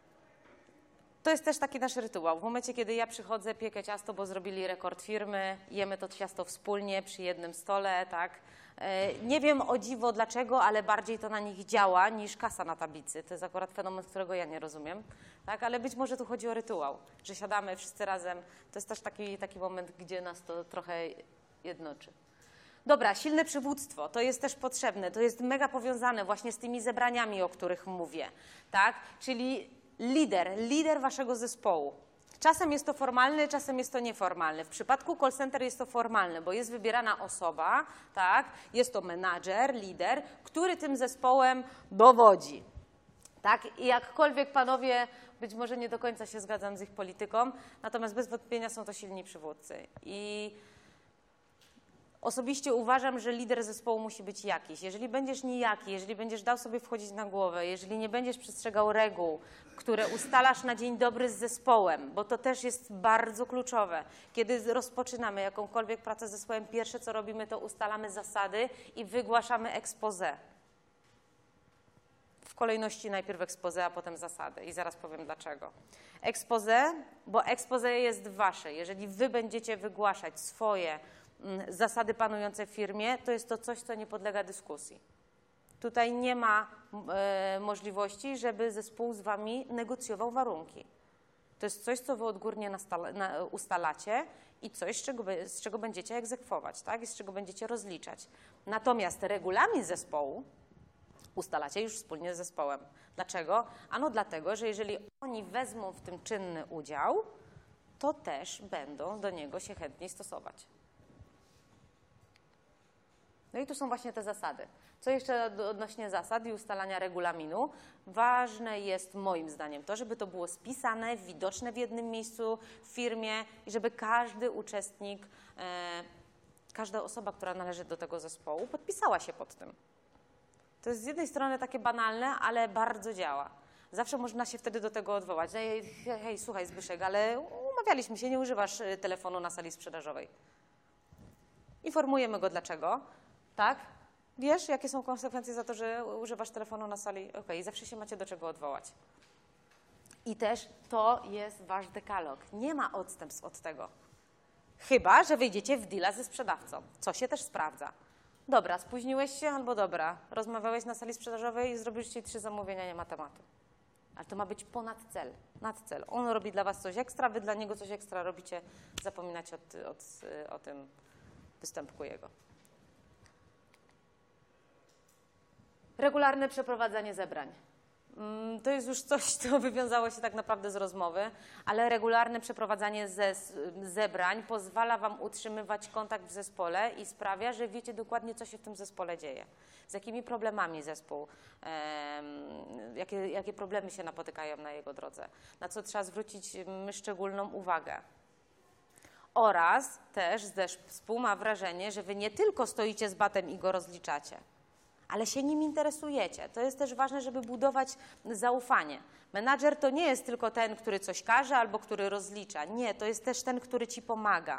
To jest też taki nasz rytuał. W momencie, kiedy ja przychodzę, piekę ciasto, bo zrobili rekord firmy, jemy to ciasto wspólnie przy jednym stole, tak. Nie wiem o dziwo dlaczego, ale bardziej to na nich działa niż kasa na tablicy. To jest akurat fenomen, którego ja nie rozumiem, tak. Ale być może tu chodzi o rytuał, że siadamy wszyscy razem. To jest też taki moment, gdzie nas to trochę jednoczy. Dobra, silne przywództwo, to jest też potrzebne, to jest mega powiązane właśnie z tymi zebraniami, o których mówię, tak? Czyli lider waszego zespołu. Czasem jest to formalny, czasem jest to nieformalny. W przypadku call center jest to formalne, bo jest wybierana osoba, tak? Jest to menadżer, lider, który tym zespołem dowodzi. Tak? I jakkolwiek panowie, być może nie do końca się zgadzam z ich polityką, natomiast bez wątpienia są to silni przywódcy. I osobiście uważam, że lider zespołu musi być jakiś. Jeżeli będziesz nijaki, jeżeli będziesz dał sobie wchodzić na głowę, jeżeli nie będziesz przestrzegał reguł, które ustalasz na dzień dobry z zespołem, bo to też jest bardzo kluczowe. Kiedy rozpoczynamy jakąkolwiek pracę z zespołem, pierwsze co robimy, to ustalamy zasady i wygłaszamy exposé. W kolejności najpierw exposé, a potem zasady i zaraz powiem dlaczego. Exposé, bo exposé jest wasze. Jeżeli wy będziecie wygłaszać swoje zasady panujące w firmie, to jest to coś, co nie podlega dyskusji. Tutaj nie ma możliwości, żeby zespół z wami negocjował warunki. To jest coś, co wy odgórnie ustalacie i coś, z czego będziecie egzekwować, tak? I z czego będziecie rozliczać. Natomiast regulamin zespołu ustalacie już wspólnie z zespołem. Dlaczego? Ano dlatego, że jeżeli oni wezmą w tym czynny udział, to też będą do niego się chętniej stosować. No i tu są właśnie te zasady. Co jeszcze odnośnie zasad i ustalania regulaminu? Ważne jest moim zdaniem to, żeby to było spisane, widoczne w jednym miejscu w firmie i żeby każdy uczestnik, każda osoba, która należy do tego zespołu, podpisała się pod tym. To jest z jednej strony takie banalne, ale bardzo działa. Zawsze można się wtedy do tego odwołać. Hej, słuchaj Zbyszek, ale umawialiśmy się, nie używasz telefonu na sali sprzedażowej. Informujemy go dlaczego, tak? Wiesz, jakie są konsekwencje za to, że używasz telefonu na sali? Okej, zawsze się macie do czego odwołać. I też to jest wasz dekalog. Nie ma odstępstw od tego. Chyba że wyjdziecie w deala ze sprzedawcą, co się też sprawdza. Dobra, spóźniłeś się albo dobra, rozmawiałeś na sali sprzedażowej i zrobisz ci 3 zamówienia, nie ma tematu. Ale to ma być ponad cel, nad cel. On robi dla was coś ekstra, wy dla niego coś ekstra robicie, zapominacie o tym występku jego. Regularne przeprowadzanie zebrań. To jest już coś, co wywiązało się tak naprawdę z rozmowy, ale regularne przeprowadzanie zebrań pozwala wam utrzymywać kontakt w zespole i sprawia, że wiecie dokładnie, co się w tym zespole dzieje. Z jakimi problemami zespół, jakie problemy się napotykają na jego drodze, na co trzeba zwrócić szczególną uwagę. Oraz też zespół ma wrażenie, że wy nie tylko stoicie z batem i go rozliczacie, ale się nim interesujecie. To jest też ważne, żeby budować zaufanie. Menadżer to nie jest tylko ten, który coś każe albo który rozlicza. Nie, to jest też ten, który ci pomaga.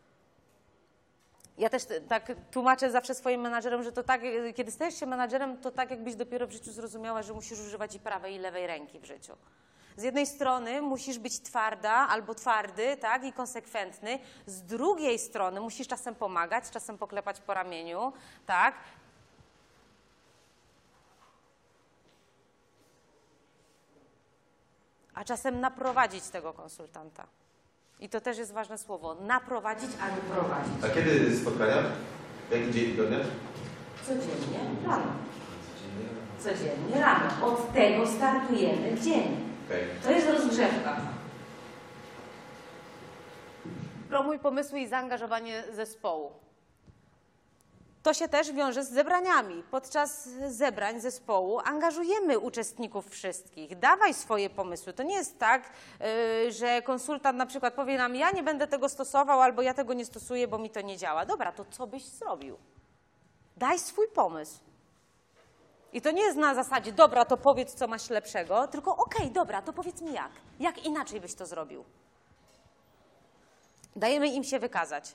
Ja też tak tłumaczę zawsze swoim menadżerom, że to tak, kiedy stajesz się menadżerem, to tak jakbyś dopiero w życiu zrozumiała, że musisz używać i prawej i lewej ręki w życiu. Z jednej strony musisz być twarda albo twardy, tak, i konsekwentny. Z drugiej strony musisz czasem pomagać, czasem poklepać po ramieniu, tak. A czasem naprowadzić tego konsultanta. I to też jest ważne słowo. Naprowadzić, a nie prowadzić. A kiedy spotkania? Jaki dzień tygodnia? Codziennie rano. Codziennie rano. Od tego startujemy dzień. Okay. To jest rozgrzewka. Promuj pomysły i zaangażowanie zespołu. To się też wiąże z zebraniami. Podczas zebrań zespołu angażujemy uczestników wszystkich. Dawaj swoje pomysły. To nie jest tak, że konsultant na przykład powie nam, ja nie będę tego stosował albo ja tego nie stosuję, bo mi to nie działa. Dobra, to co byś zrobił? Daj swój pomysł. I to nie jest na zasadzie, dobra, to powiedz, co masz lepszego, tylko okej, dobra, to powiedz mi jak. Jak inaczej byś to zrobił? Dajemy im się wykazać.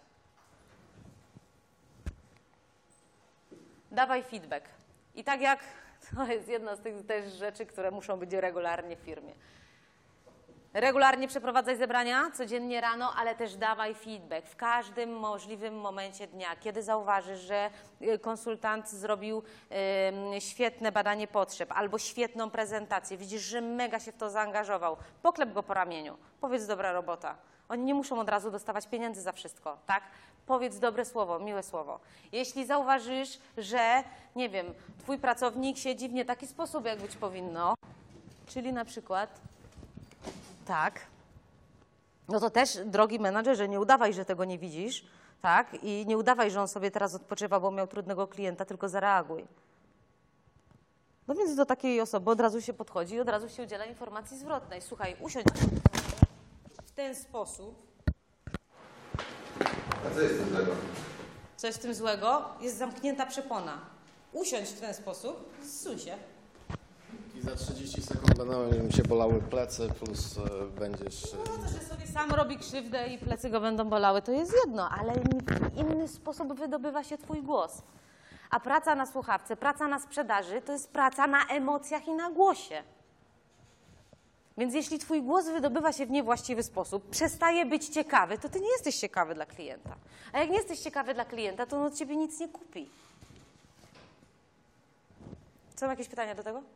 Dawaj feedback. I tak jak, to jest jedna z tych też rzeczy, które muszą być regularnie w firmie. Regularnie przeprowadzaj zebrania, codziennie rano, ale też dawaj feedback w każdym możliwym momencie dnia. Kiedy zauważysz, że konsultant zrobił świetne badanie potrzeb albo świetną prezentację, widzisz, że mega się w to zaangażował, poklep go po ramieniu, powiedz dobra robota. Oni nie muszą od razu dostawać pieniędzy za wszystko, tak? Powiedz dobre słowo, miłe słowo. Jeśli zauważysz, że, nie wiem, twój pracownik siedzi w nie taki sposób, jak być powinno, czyli na przykład tak, no to też, drogi menadżerze, nie udawaj, że tego nie widzisz, tak? I nie udawaj, że on sobie teraz odpoczywa, bo miał trudnego klienta, tylko zareaguj. No więc do takiej osoby od razu się podchodzi i od razu się udziela informacji zwrotnej. Słuchaj, usiądź w ten sposób. A co jest w tym złego? Co jest w tym złego? Jest zamknięta przepona. Usiądź w ten sposób, zsuń się. I za 30 sekund będą mi się bolały plecy, plus będziesz... No to, że sobie sam robi krzywdę i plecy go będą bolały, to jest jedno, ale w inny sposób wydobywa się twój głos. A praca na słuchawce, praca na sprzedaży to jest praca na emocjach i na głosie. Więc jeśli twój głos wydobywa się w niewłaściwy sposób, przestaje być ciekawy, to ty nie jesteś ciekawy dla klienta. A jak nie jesteś ciekawy dla klienta, to on od ciebie nic nie kupi. Są jakieś pytania do tego?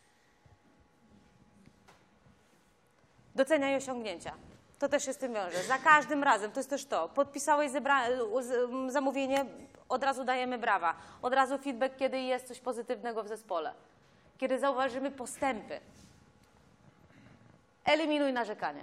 Doceniaj osiągnięcia. To też się z tym wiąże. Za każdym razem, to jest też to. Podpisałeś zamówienie, od razu dajemy brawa. Od razu feedback, kiedy jest coś pozytywnego w zespole. Kiedy zauważymy postępy. Eliminuj narzekania.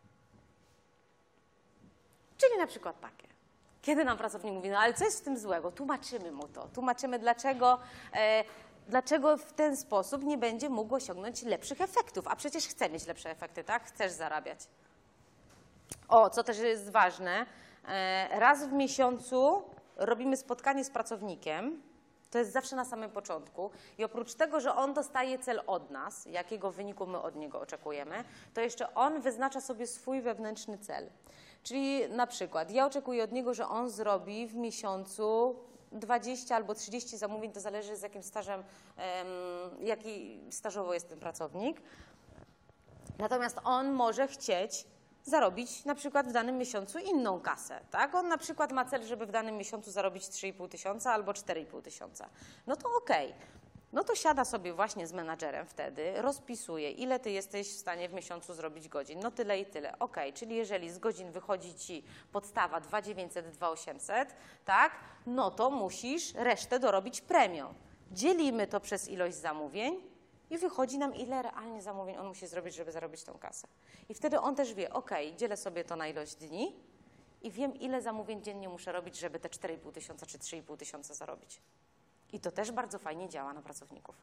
Czyli na przykład takie. Kiedy nam pracownik mówi, no ale co jest w tym złego? Tłumaczymy mu to. Tłumaczymy, dlaczego w ten sposób nie będzie mógł osiągnąć lepszych efektów. A przecież chce mieć lepsze efekty, tak? Chcesz zarabiać. O, co też jest ważne, raz w miesiącu robimy spotkanie z pracownikiem. To jest zawsze na samym początku i oprócz tego, że on dostaje cel od nas, jakiego wyniku my od niego oczekujemy, to jeszcze on wyznacza sobie swój wewnętrzny cel. Czyli na przykład ja oczekuję od niego, że on zrobi w miesiącu 20 albo 30 zamówień, to zależy z jakim stażem, jaki stażowo jest ten pracownik. Natomiast on może chcieć zarobić na przykład w danym miesiącu inną kasę, tak? On na przykład ma cel, żeby w danym miesiącu zarobić 3,5 tysiąca albo 4,5 tysiąca. No to okej. No to siada sobie właśnie z menadżerem wtedy, rozpisuje, ile ty jesteś w stanie w miesiącu zrobić godzin. No tyle i tyle. Okej, czyli jeżeli z godzin wychodzi ci podstawa 2900, 2800, tak? No to musisz resztę dorobić premią. Dzielimy to przez ilość zamówień i wychodzi nam, ile realnie zamówień on musi zrobić, żeby zarobić tą kasę. I wtedy on też wie, okej, dzielę sobie to na ilość dni i wiem, ile zamówień dziennie muszę robić, żeby te 4,5 tysiąca czy 3,5 tysiąca zarobić. I to też bardzo fajnie działa na pracowników.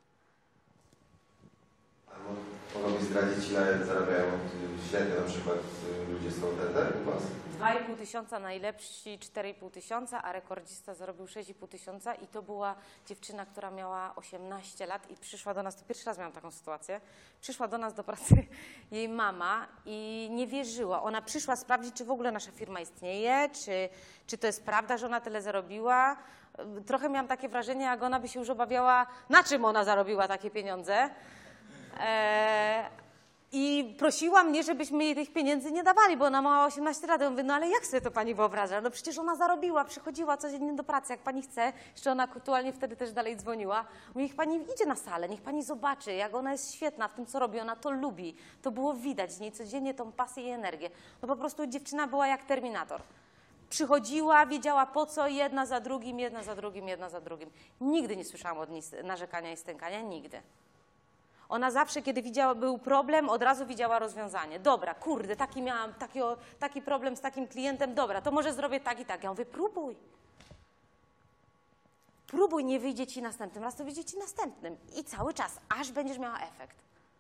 Mogą zdradzić, ile zarabiają średnio na przykład ludzie z frontendem u Was? 2,5 tysiąca najlepsi, 4,5 tysiąca, a rekordzista zarobił 6,5 tysiąca i to była dziewczyna, która miała 18 lat i przyszła do nas, to pierwszy raz miałam taką sytuację, przyszła do nas do pracy jej mama i nie wierzyła. Ona przyszła sprawdzić, czy w ogóle nasza firma istnieje, czy to jest prawda, że ona tyle zarobiła. Trochę miałam takie wrażenie, jak ona by się już obawiała, na czym ona zarobiła takie pieniądze. I prosiła mnie, żebyśmy jej tych pieniędzy nie dawali, bo ona ma 18 lat. Ja mówię, no ale jak sobie to pani wyobraża? No przecież ona zarobiła, przychodziła codziennie do pracy, jak pani chce. Jeszcze ona aktualnie wtedy też dalej dzwoniła. Mówię, niech pani idzie na salę, niech pani zobaczy, jak ona jest świetna w tym, co robi. Ona to lubi. To było widać z niej codziennie tą pasję i energię. No po prostu dziewczyna była jak terminator. Przychodziła, wiedziała po co, jedna za drugim, jedna za drugim, jedna za drugim. Nigdy nie słyszałam od niej narzekania i stękania, nigdy. Ona zawsze, kiedy był problem, od razu widziała rozwiązanie. Dobra, kurde, miałam taki problem z takim klientem, dobra, to może zrobię tak i tak. Ja mówię, próbuj. Próbuj, nie wyjdzie ci następnym raz, to wyjdzie ci następnym. I cały czas, aż będziesz miała efekt.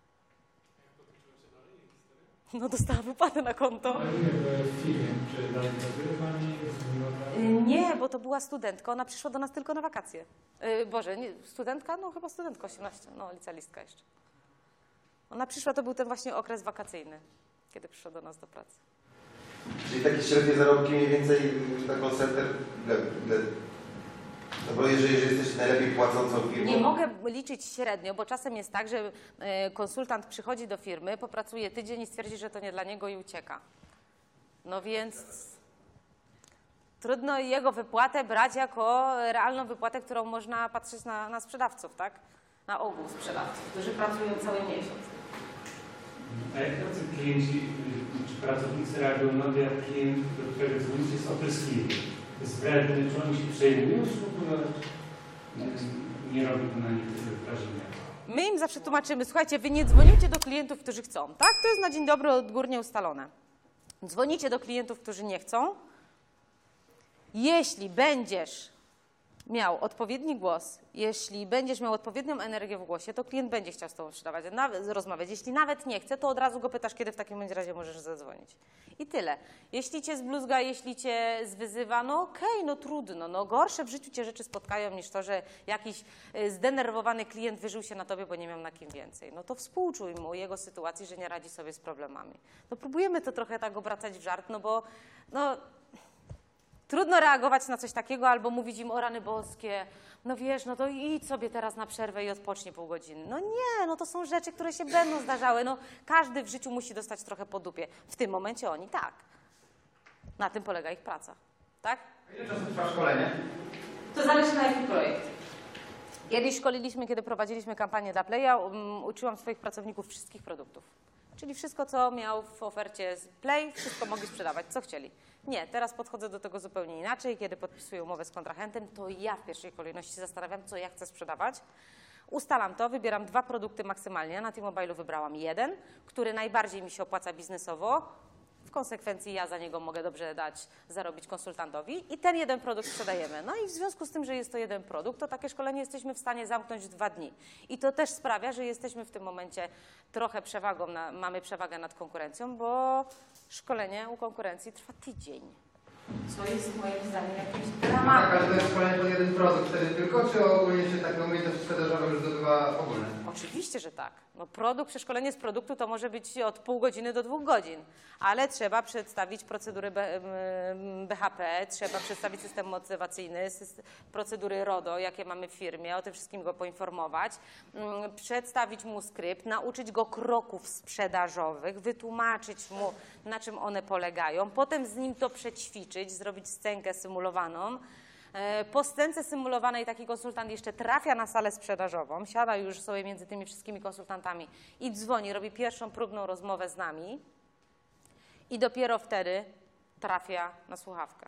No dostała wypłatę na konto. Ale nie w filmie, czy dalej pani Nie, bo to była studentka, ona przyszła do nas tylko na wakacje. Boże, nie, studentka? No chyba studentka 18, no licealistka jeszcze. Ona przyszła, to był ten właśnie okres wakacyjny, kiedy przyszła do nas do pracy. Czyli takie średnie zarobki mniej więcej na call center, no bo jeżeli jesteś najlepiej płacącą firmą... Nie mogę liczyć średnio, bo czasem jest tak, że konsultant przychodzi do firmy, popracuje tydzień i stwierdzi, że to nie dla niego i ucieka. No więc trudno jego wypłatę brać jako realną wypłatę, którą można patrzeć na sprzedawców, tak? Na ogół sprzedawców, którzy pracują cały miesiąc. A jak tacy klienci czy pracownicy reagują na to, jak klient, do którego dzwonicie, jest opryskliwy? Jest wredny, czy oni się przejmują, czy w ogóle nie robi to na nich wrażenia? My im zawsze tłumaczymy, słuchajcie, wy nie dzwonicie do klientów, którzy chcą, tak? To jest na dzień dobry odgórnie ustalone. Dzwonicie do klientów, którzy nie chcą. Jeśli będziesz miał odpowiedni głos, jeśli będziesz miał odpowiednią energię w głosie, to klient będzie chciał z tobą rozmawiać. Jeśli nawet nie chce, to od razu go pytasz, kiedy w takim bądź razie możesz zadzwonić. I tyle. Jeśli cię zbluzga, jeśli cię zwyzywa, no okej, no trudno. No gorsze w życiu cię rzeczy spotkają niż to, że jakiś zdenerwowany klient wyżył się na tobie, bo nie miał na kim więcej. No to współczuj mu jego sytuacji, że nie radzi sobie z problemami. No próbujemy to trochę tak obracać w żart, no bo no, trudno reagować na coś takiego albo mówić im o rany boskie, no wiesz, no to idź sobie teraz na przerwę i odpocznij pół godziny. No nie, no to są rzeczy, które się będą zdarzały. No każdy w życiu musi dostać trochę po dupie. W tym momencie oni tak. Na tym polega ich praca. Tak? Ile czasu trwa szkolenie? To zależy na jaki projekt. Kiedyś szkoliliśmy, kiedy prowadziliśmy kampanię dla Playa, uczyłam swoich pracowników wszystkich produktów. Czyli wszystko, co miał w ofercie Play, wszystko mogli sprzedawać, co chcieli. Nie, teraz podchodzę do tego zupełnie inaczej. Kiedy podpisuję umowę z kontrahentem, to ja w pierwszej kolejności zastanawiam, co ja chcę sprzedawać. Ustalam to, wybieram 2 produkty maksymalnie. Na T-Mobile'u wybrałam 1, który najbardziej mi się opłaca biznesowo. W konsekwencji ja za niego mogę dobrze zarobić konsultantowi i ten 1 produkt sprzedajemy. No i w związku z tym, że jest to 1 produkt, to takie szkolenie jesteśmy w stanie zamknąć w 2 dni. I to też sprawia, że jesteśmy w tym momencie trochę mamy przewagę nad konkurencją, bo szkolenie u konkurencji trwa tydzień. Co jest moim zdaniem jakimś A dramatem. każde szkolenie pod jeden produkt wtedy tylko, czy ogólnie się taką umiejętność sprzedażową już zdobywa ogólnie? Oczywiście, że tak. No produkt, przeszkolenie z produktu to może być od pół godziny do 2 godzin, ale trzeba przedstawić procedury BHP, trzeba przedstawić system motywacyjny, procedury RODO, jakie mamy w firmie, o tym wszystkim go poinformować, przedstawić mu skrypt, nauczyć go kroków sprzedażowych, wytłumaczyć mu, na czym one polegają, potem z nim to przećwiczyć, zrobić scenkę symulowaną. Po scence symulowanej taki konsultant jeszcze trafia na salę sprzedażową, siada już sobie między tymi wszystkimi konsultantami i dzwoni, robi pierwszą próbną rozmowę z nami i dopiero wtedy trafia na słuchawkę.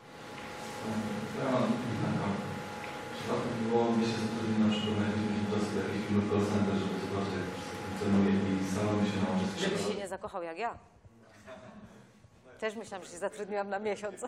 Ja mam taką, czy warto byłoby się zatrudnić na przykład na jakiś call center, żeby zobaczyć, jak wszystko funkcjonuje i samemu się nauczyć. Żebyś się nie zakochał jak ja. Też myślałam, że się zatrudniłam na miesiąc.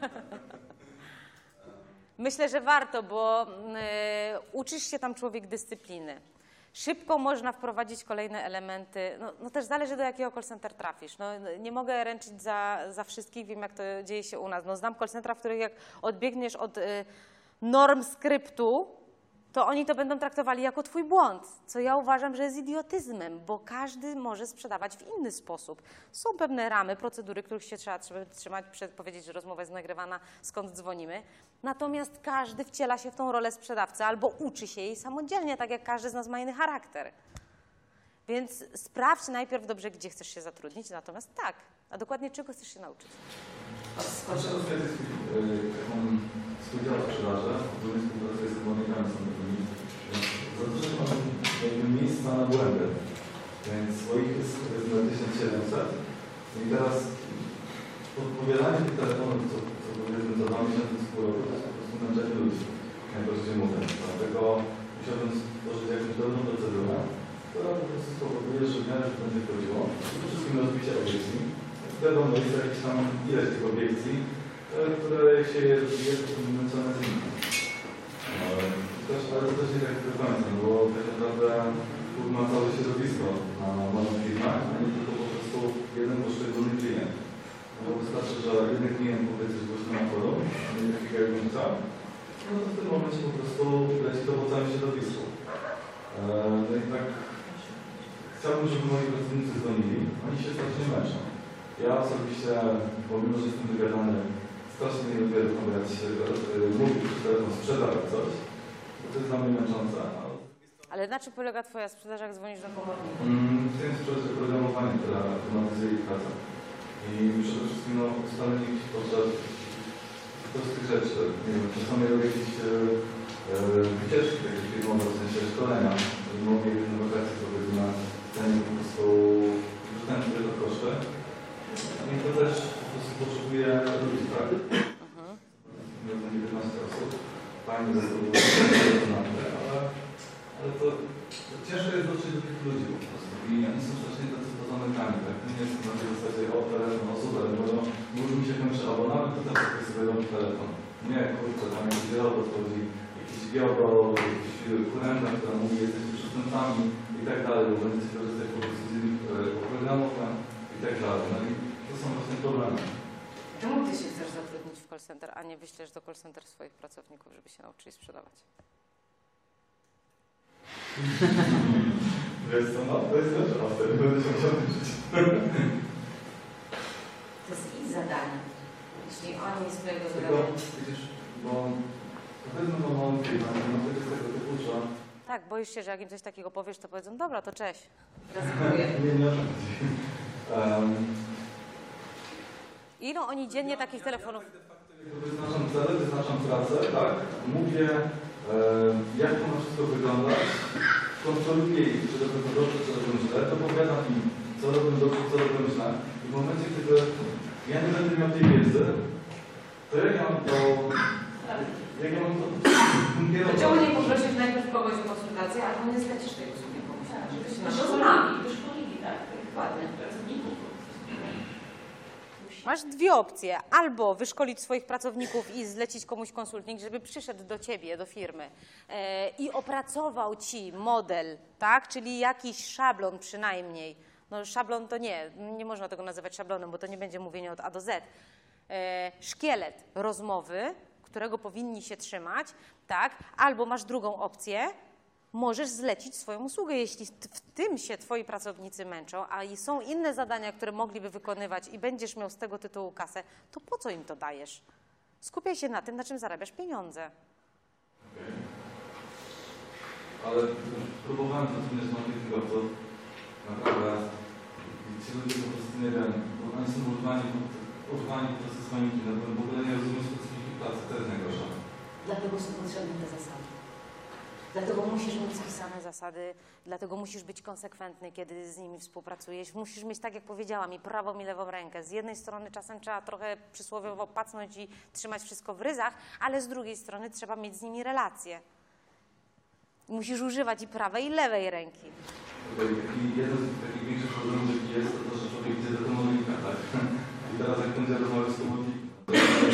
Myślę, że warto, bo uczysz się tam człowiek dyscypliny. Szybko można wprowadzić kolejne elementy. No też zależy, do jakiego call center trafisz. No, nie mogę ręczyć za wszystkich, wiem jak to dzieje się u nas. No, znam call centra, w których jak odbiegniesz od norm skryptu, to oni to będą traktowali jako twój błąd, co ja uważam, że jest idiotyzmem, bo każdy może sprzedawać w inny sposób. Są pewne ramy, procedury, których się trzeba trzymać, powiedzieć, że rozmowa jest nagrywana, skąd dzwonimy. Natomiast każdy wciela się w tą rolę sprzedawcy albo uczy się jej samodzielnie, tak jak każdy z nas ma inny charakter. Więc sprawdź najpierw dobrze, gdzie chcesz się zatrudnić, natomiast tak, a dokładnie czego chcesz się nauczyć. A znaczy, jak mam studia o sprzedaży, ogólnie współpracuję z ekonomikami sądowymi, za dużo mam miejsca na błędy, więc swoich jest na 1700 i teraz odpowiadanie tych telefonów, co powiedzmy za 2 miesiące współroku, to jest po prostu męczenie ludzi, najprościej mówiąc. Dlatego musiałbym stworzyć jakąś dobrą procedurę, która po prostu spowoduje, że w miarę będzie wchodziło, przede wszystkim rozbicie obiekcji. Wiadomo, jest jakaś tam ileś tych obiekcji, które się rozwija, to są męczone z nimi. Ale to też nie tak do końca, bo tak naprawdę klub ma całe środowisko na moją firmę, a nie tylko po prostu jeden poszczególny klient. No, wystarczy, że jeden klient powiedzmy głośno na forum, a nie takiego jak bym chciał, no to w tym momencie po prostu leci to po całym środowisku. No i tak chciałbym, żeby moi pracownicy dzwonili, oni się strasznie męczą. Ja osobiście, pomimo że jestem wygadany, strasznie nie lubię rozmawiać, mówić przez telefon, sprzedawać coś, bo to jest dla mnie męczące. Ale na czym polega twoja sprzedaż, jak dzwonisz do komornika? Chciałem sprzedać oprogramowanie, które automatyzuje ich pracę. I przede wszystkim ustalenie jakichś potrzeb prostych rzeczy. Nie wiem, czasami robię jakieś wycieczki takie firmowe, w sensie szkolenia, żeby mogli na wakacje powiedzmy na cenie po prostu wrzucałem sobie to koszty. I to też po prostu potrzebuje ludzi, tak? Miałem 19 osób, fajnie zastanowione, ale to ciężko jest dotrzeć do tych ludzi po prostu. I oni są strasznie tacy pozamykani, tak? Nie jest na tej zasadzie, o telefon, o super, może mi się kończy abonament, to też sobie robi telefon. Nie, kurczę, tam jakiś robot chodzi, jakiś biogo, jakiś kurenta, która mówi, jesteście przestępcami i tak dalej, bo będziecie korzystać po prostu z innych oprogramowań i tak dalej. No i to są właśnie problemy. Czemu ty się chcesz zatrudnić w call center, a nie wyślesz do call center swoich pracowników, żeby się nauczyli sprzedawać? Wiesz co, no to jest też, a wtedy będę się musiał uczyć. To jest ich zadanie. Jeśli oni swojego Tylko, zadania... widzisz, bo powiedzmy mam firmę, no to jest tego typu, że... Tak, boisz się, że jak im coś takiego powiesz, to powiedzą, dobra, to cześć. Rezygnuję. Nie o to chodzi. Ilu oni dziennie takich telefonów... Wyznaczam cele, wyznaczam pracę, tak? Mówię, jak to ma wszystko wyglądać, kontroluję ich, czy robię to dobrze, czy robię źle, dopowiadam im, co robię dobrze, co robię źle. I w momencie, kiedy ja nie będę miał tej wiedzy, to jak ja mam to... Jak ja mam to... Dlaczego nie poprosisz najpierw kogoś o konsultację, albo nie zlecisz tej usługi komuś? Żeby się Wyszkolili, tak, Dokładnie. pracowników. Masz dwie opcje. Albo wyszkolić swoich pracowników i zlecić komuś konsulting, żeby przyszedł do ciebie, do firmy i opracował ci model, tak? Czyli jakiś szablon przynajmniej. No szablon to nie można tego nazywać szablonem, bo to nie będzie mówienie od A do Z. szkielet rozmowy, którego powinni się trzymać, tak? Albo masz drugą opcję, możesz zlecić swoją usługę. Jeśli w tym się twoi pracownicy męczą, a i są inne zadania, które mogliby wykonywać i będziesz miał z tego tytułu kasę, to po co im to dajesz? Skupiaj się na tym, na czym zarabiasz pieniądze. Ale próbowałem zatrudniać marketingowców, naprawdę. I ci ludzie po prostu nie wiem, bo oni są urwani po prostu swoimi klientami. W ogóle nie rozumiem specyfiki pracy, to jest najgorsza. Dlatego są potrzebne te zasady. Dlatego musisz mieć spisane zasady, dlatego musisz być konsekwentny, kiedy z nimi współpracujesz. Musisz mieć, tak jak powiedziałam, i prawą, i lewą rękę. Z jednej strony czasem trzeba trochę przysłowiowo pacnąć i trzymać wszystko w ryzach, ale z drugiej strony trzeba mieć z nimi relacje. Musisz używać i prawej, i lewej ręki. Jeden z takich większych problemów, jaki jest, to że człowiek idzie do komornika, tak? I teraz jak będzie rozmawiał z komornikiem, to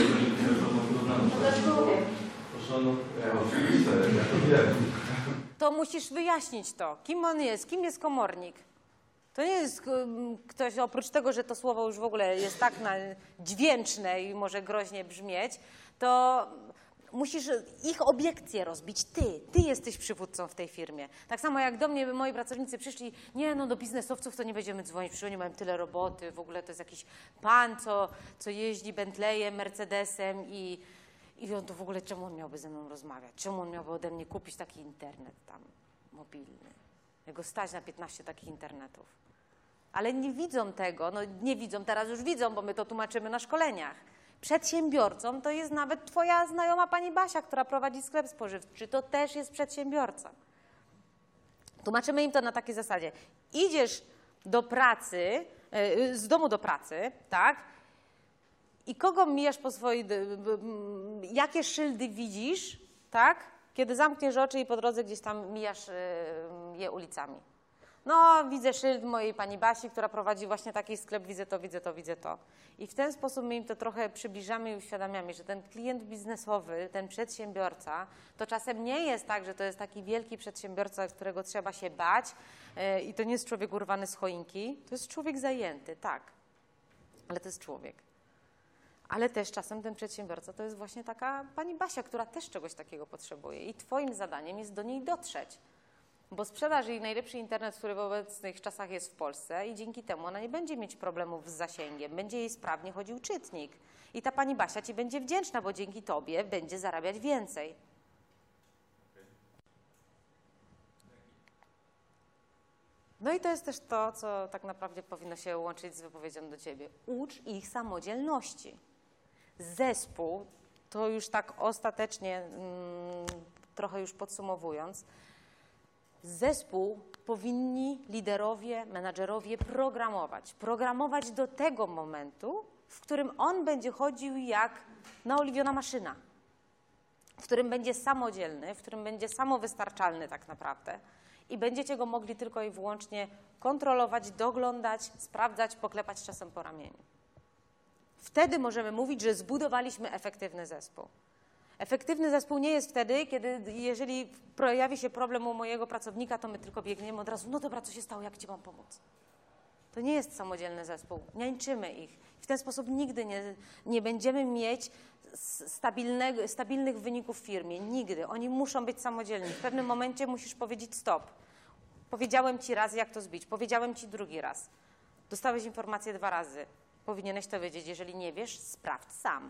jest problem. Proszę, no, oczywiście, ja to wiem. To musisz wyjaśnić to, kim on jest, kim jest komornik. To nie jest ktoś, oprócz tego, że to słowo już w ogóle jest tak dźwięczne i może groźnie brzmieć, to musisz ich obiekcje rozbić. Ty jesteś przywódcą w tej firmie. Tak samo jak do mnie moi pracownicy przyszli, nie no, do biznesowców to nie będziemy dzwonić, przecież oni mają tyle roboty, w ogóle to jest jakiś pan, co jeździ Bentleyem, Mercedesem i on to w ogóle, czemu on miałby ze mną rozmawiać? Czemu on miałby ode mnie kupić taki internet tam mobilny? Jego stać na 15 takich internetów. Ale nie widzą tego, no nie widzą, teraz już widzą, bo my to tłumaczymy na szkoleniach. Przedsiębiorcą to jest nawet twoja znajoma pani Basia, która prowadzi sklep spożywczy. To też jest przedsiębiorca. Tłumaczymy im to na takiej zasadzie. Idziesz do pracy, z domu do pracy, tak? I kogo mijasz po swojej... Jakie szyldy widzisz, tak? Kiedy zamkniesz oczy i po drodze gdzieś tam mijasz je ulicami. No, widzę szyld mojej pani Basi, która prowadzi właśnie taki sklep, widzę to, widzę to, widzę to. I w ten sposób my im to trochę przybliżamy i uświadamiamy, że ten klient biznesowy, ten przedsiębiorca, to czasem nie jest tak, że to jest taki wielki przedsiębiorca, którego trzeba się bać i to nie jest człowiek urwany z choinki, to jest człowiek zajęty, tak, ale to jest człowiek. Ale też czasem ten przedsiębiorca to jest właśnie taka pani Basia, która też czegoś takiego potrzebuje i twoim zadaniem jest do niej dotrzeć. Bo sprzedaż jej najlepszy internet, który w obecnych czasach jest w Polsce i dzięki temu ona nie będzie mieć problemów z zasięgiem, będzie jej sprawnie chodził czytnik. I ta pani Basia ci będzie wdzięczna, bo dzięki tobie będzie zarabiać więcej. No i to jest też to, co tak naprawdę powinno się łączyć z wypowiedzią do ciebie. Ucz ich samodzielności. Zespół, to już tak ostatecznie, trochę już podsumowując, zespół powinni liderowie, menadżerowie programować. Programować do tego momentu, w którym on będzie chodził jak naoliwiona maszyna. W którym będzie samodzielny, w którym będzie samowystarczalny tak naprawdę. I będziecie go mogli tylko i wyłącznie kontrolować, doglądać, sprawdzać, poklepać czasem po ramieniu. Wtedy możemy mówić, że zbudowaliśmy efektywny zespół. Efektywny zespół nie jest wtedy, jeżeli pojawi się problem u mojego pracownika, to my tylko biegniemy od razu, no dobra, co się stało, jak ci mam pomóc? To nie jest samodzielny zespół, niańczymy ich. W ten sposób nigdy nie będziemy mieć stabilnych wyników w firmie, nigdy. Oni muszą być samodzielni. W pewnym momencie musisz powiedzieć stop. Powiedziałem ci raz, jak to zbić, powiedziałem ci drugi raz. Dostałeś informację 2 razy. Powinieneś to wiedzieć, jeżeli nie wiesz, sprawdź sam.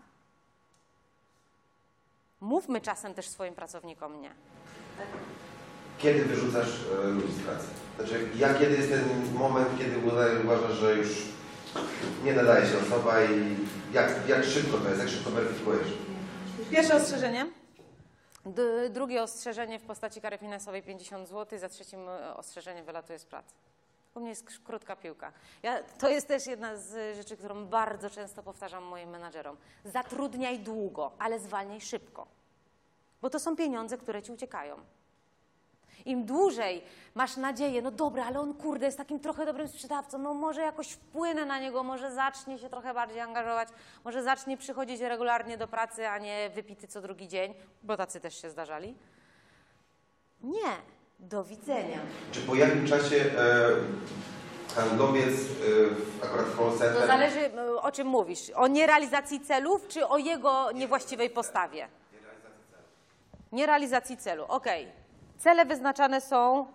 Mówmy czasem też swoim pracownikom nie. Kiedy wyrzucasz ludzi z pracy? Znaczy, kiedy jest ten moment, kiedy uważasz, że już nie nadaje się osoba i jak szybko to jest, jak szybko weryfikujesz? Pierwsze ostrzeżenie. Drugie ostrzeżenie w postaci kary finansowej 50 zł, za trzecim ostrzeżenie wylatuje z pracy. U mnie jest krótka piłka. To jest też jedna z rzeczy, którą bardzo często powtarzam moim menadżerom. Zatrudniaj długo, ale zwalniaj szybko. Bo to są pieniądze, które ci uciekają. Im dłużej masz nadzieję, no dobra, ale on kurde jest takim trochę dobrym sprzedawcą, no może jakoś wpłynę na niego, może zacznie się trochę bardziej angażować, może zacznie przychodzić regularnie do pracy, a nie wypity co drugi dzień, bo tacy też się zdarzali. Nie, do widzenia. Czy po jakim czasie handlowiec akurat w call center... To zależy, o czym mówisz. O nierealizacji celów, czy o jego niewłaściwej postawie? Nierealizacji celu, okej. Cele wyznaczane są,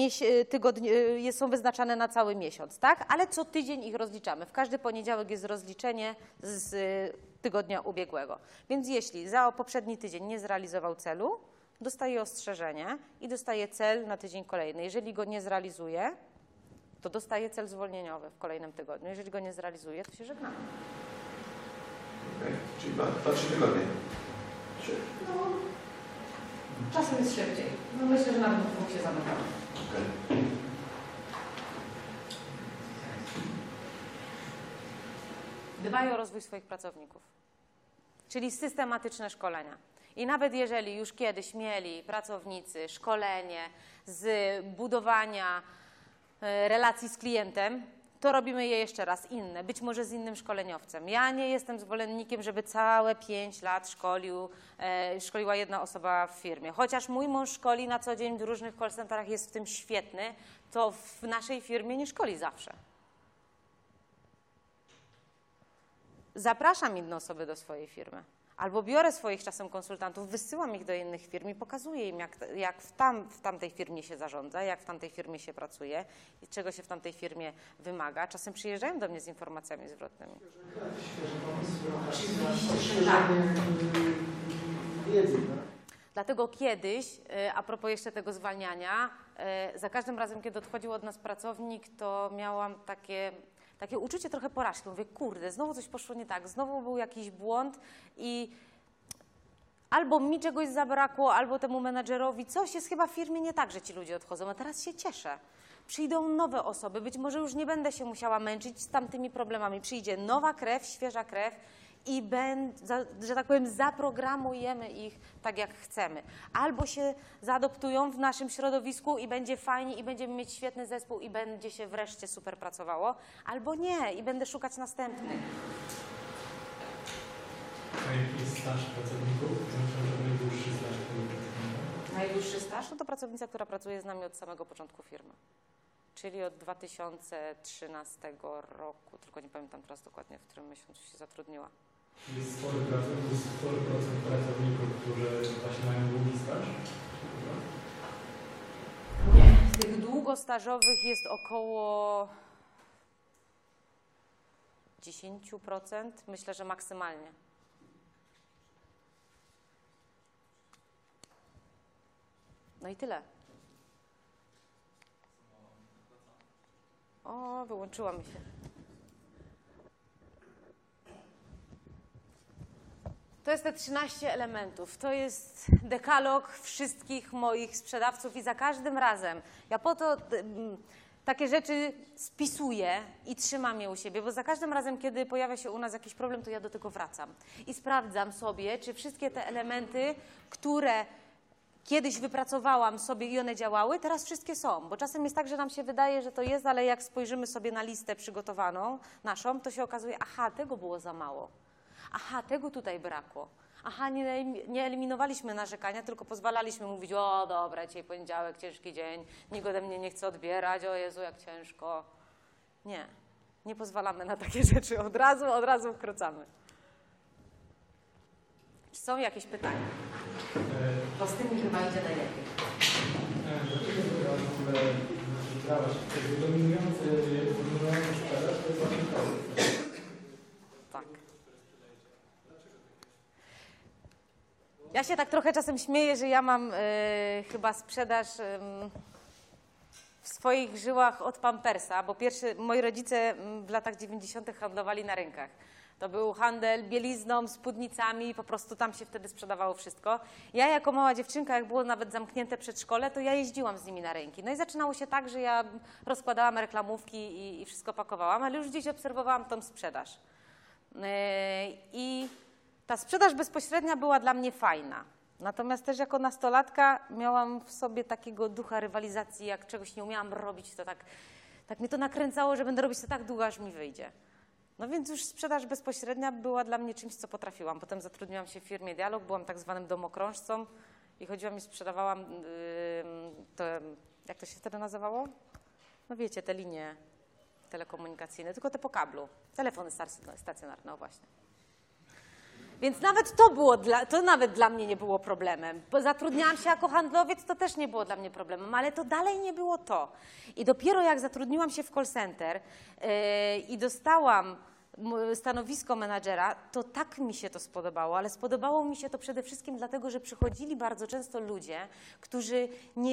są wyznaczane na cały miesiąc, tak? Ale co tydzień ich rozliczamy. W każdy poniedziałek jest rozliczenie z tygodnia ubiegłego. Więc jeśli za poprzedni tydzień nie zrealizował celu, dostaje ostrzeżenie i dostaje cel na tydzień kolejny. Jeżeli go nie zrealizuje, to dostaje cel zwolnieniowy w kolejnym tygodniu. Jeżeli go nie zrealizuje, to się żegnamy. Okay. Czyli 2-3 tygodnie. No, czasem jest szybciej. No myślę, że nawet dwóch się zamykało. Okay. Dbają o rozwój swoich pracowników, czyli systematyczne szkolenia. I nawet jeżeli już kiedyś mieli pracownicy szkolenie z budowania relacji z klientem, to robimy je jeszcze raz inne, być może z innym szkoleniowcem. Ja nie jestem zwolennikiem, żeby całe 5 lat szkoliła jedna osoba w firmie. Chociaż mój mąż szkoli na co dzień w różnych call centerach, jest w tym świetny, to w naszej firmie nie szkoli zawsze. Zapraszam inne osoby do swojej firmy. Albo biorę swoich czasem konsultantów, wysyłam ich do innych firm i pokazuję im, jak w tamtej firmie się zarządza, jak w tamtej firmie się pracuje i czego się w tamtej firmie wymaga. Czasem przyjeżdżają do mnie z informacjami zwrotnymi. Dlatego kiedyś, a propos jeszcze tego zwalniania, za każdym razem, kiedy odchodził od nas pracownik, to miałam takie uczucie trochę porażki. Mówię, kurde, znowu coś poszło nie tak, znowu był jakiś błąd i albo mi czegoś zabrakło, albo temu menadżerowi. Coś jest chyba w firmie nie tak, że ci ludzie odchodzą, a teraz się cieszę. Przyjdą nowe osoby, być może już nie będę się musiała męczyć z tamtymi problemami. Przyjdzie nowa krew, świeża krew i że tak powiem, zaprogramujemy ich tak, jak chcemy. Albo się zaadoptują w naszym środowisku i będzie fajnie i będziemy mieć świetny zespół i będzie się wreszcie super pracowało, albo nie i będę szukać następnych. A jaki jest staż pracowników? Znaczy, najdłuższy staż pracowników? Najdłuższy staż? No to pracownica, która pracuje z nami od samego początku firmy. Czyli od 2013 roku, tylko nie pamiętam teraz dokładnie, w którym miesiącu się zatrudniła. Jest spory procent pracowników, którzy właśnie mają długi staż? Nie. Z tych długostażowych jest około 10%, myślę, że maksymalnie. No i tyle. O, wyłączyła mi się. To jest te 13 elementów. To jest dekalog wszystkich moich sprzedawców i za każdym razem ja po to takie rzeczy spisuję i trzymam je u siebie, bo za każdym razem, kiedy pojawia się u nas jakiś problem, to ja do tego wracam i sprawdzam sobie, czy wszystkie te elementy, które kiedyś wypracowałam sobie i one działały, teraz wszystkie są, bo czasem jest tak, że nam się wydaje, że to jest, ale jak spojrzymy sobie na listę przygotowaną naszą, to się okazuje, aha, tego było za mało, aha, tego tutaj brakło, aha, nie eliminowaliśmy narzekania, tylko pozwalaliśmy mówić, o dobra, dzisiaj poniedziałek, ciężki dzień, nikt ode mnie nie chce odbierać, o Jezu, jak ciężko. Nie pozwalamy na takie rzeczy, od razu wkroczamy. Czy są jakieś pytania? Bo z tymi chyba idzie najlepiej. Dominujący sprzedaż to jest właśnie to. Tak. Ja się tak trochę czasem śmieję, że ja mam chyba sprzedaż w swoich żyłach od Pampersa, bo moi rodzice w latach 90. handlowali na rynkach. To był handel bielizną, spódnicami, po prostu tam się wtedy sprzedawało wszystko. Ja jako mała dziewczynka, jak było nawet zamknięte przedszkole, to ja jeździłam z nimi na rynki. No i zaczynało się tak, że ja rozkładałam reklamówki i wszystko pakowałam, ale już gdzieś obserwowałam tą sprzedaż. I ta sprzedaż bezpośrednia była dla mnie fajna. Natomiast też jako nastolatka miałam w sobie takiego ducha rywalizacji, jak czegoś nie umiałam robić, to tak mnie to nakręcało, że będę robić to tak długo, aż mi wyjdzie. No więc już sprzedaż bezpośrednia była dla mnie czymś, co potrafiłam. Potem zatrudniłam się w firmie Dialog, byłam tak zwanym domokrążcą i chodziłam i sprzedawałam, jak to się wtedy nazywało? No wiecie, te linie telekomunikacyjne, tylko te po kablu. Telefony stacjonarne, o właśnie. Więc nawet to nawet dla mnie nie było problemem. Bo zatrudniałam się jako handlowiec, to też nie było dla mnie problemem, ale to dalej nie było to. I dopiero jak zatrudniłam się w call center i dostałam stanowisko menadżera, to tak mi się to spodobało, ale spodobało mi się to przede wszystkim dlatego, że przychodzili bardzo często ludzie, którzy nie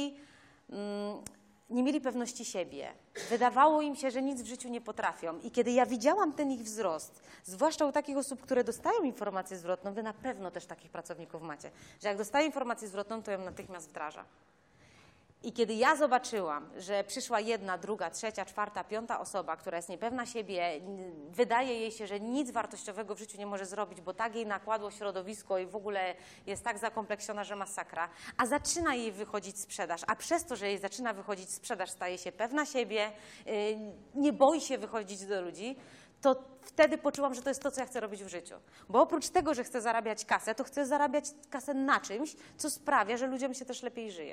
mieli pewności siebie. Wydawało im się, że nic w życiu nie potrafią. I kiedy ja widziałam ten ich wzrost, zwłaszcza u takich osób, które dostają informację zwrotną, wy na pewno też takich pracowników macie, że jak dostaje informację zwrotną, to ją natychmiast wdraża. I kiedy ja zobaczyłam, że przyszła jedna, druga, trzecia, czwarta, piąta osoba, która jest niepewna siebie, wydaje jej się, że nic wartościowego w życiu nie może zrobić, bo tak jej nakładło środowisko i w ogóle jest tak zakompleksiona, że masakra, a zaczyna jej wychodzić sprzedaż, a przez to, że jej zaczyna wychodzić sprzedaż, staje się pewna siebie, nie boi się wychodzić do ludzi, to wtedy poczułam, że to jest to, co ja chcę robić w życiu. Bo oprócz tego, że chcę zarabiać kasę, to chcę zarabiać kasę na czymś, co sprawia, że ludziom się też lepiej żyje.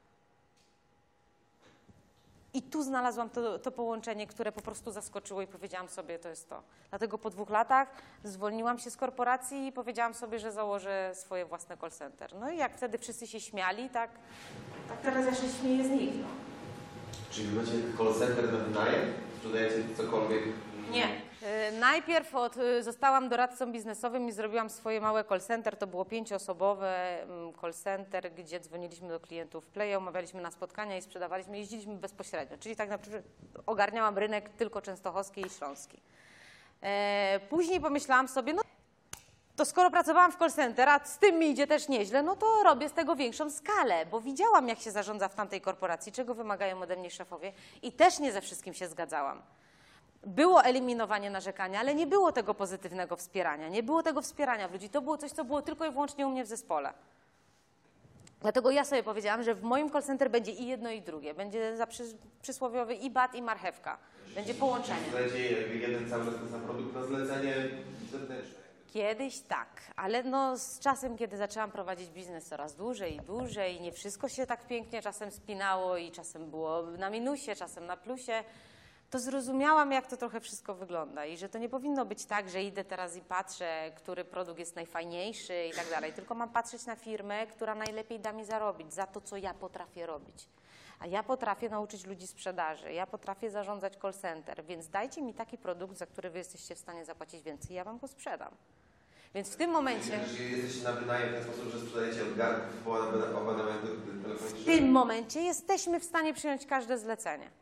I tu znalazłam to połączenie, które po prostu zaskoczyło i powiedziałam sobie, to jest to. Dlatego po 2 latach zwolniłam się z korporacji i powiedziałam sobie, że założę swoje własne call center. No i jak wtedy wszyscy się śmiali, tak teraz ja się śmieję z nich. No. Czyli wy macie call center na wynajem? Sprzedajecie cokolwiek? Nie. Najpierw zostałam doradcą biznesowym i zrobiłam swoje małe call center. To było 5-osobowe call center, gdzie dzwoniliśmy do klientów w Play, umawialiśmy na spotkania i sprzedawaliśmy, jeździliśmy bezpośrednio. Czyli tak naprawdę ogarniałam rynek tylko częstochowski i śląski. Później pomyślałam sobie, no to skoro pracowałam w call center, a z tym mi idzie też nieźle, no to robię z tego większą skalę, bo widziałam, jak się zarządza w tamtej korporacji, czego wymagają ode mnie szefowie i też nie ze wszystkim się zgadzałam. Było eliminowanie narzekania, ale nie było tego pozytywnego wspierania, nie było tego wspierania w ludzi. To było coś, co było tylko i wyłącznie u mnie w zespole. Dlatego ja sobie powiedziałam, że w moim call center będzie i jedno, i drugie. Będzie przysłowiowy i bat, i marchewka. Będzie połączenie. Zlecie jeden cały czas ten sam produkt na zlecenie zewnętrzne. Kiedyś tak, ale no z czasem, kiedy zaczęłam prowadzić biznes coraz dłużej i dłużej, nie wszystko się tak pięknie czasem spinało i czasem było na minusie, czasem na plusie, to zrozumiałam, jak to trochę wszystko wygląda i że to nie powinno być tak, że idę teraz i patrzę, który produkt jest najfajniejszy i tak dalej, tylko mam patrzeć na firmę, która najlepiej da mi zarobić za to, co ja potrafię robić. A ja potrafię nauczyć ludzi sprzedaży, ja potrafię zarządzać call center, więc dajcie mi taki produkt, za który wy jesteście w stanie zapłacić więcej, ja wam go sprzedam. Więc w tym momencie... Jeżeli jesteście na wynajem w ten sposób, że sprzedajecie od garnków po abonamentu telefonicznym? W tym momencie jesteśmy w stanie przyjąć każde zlecenie.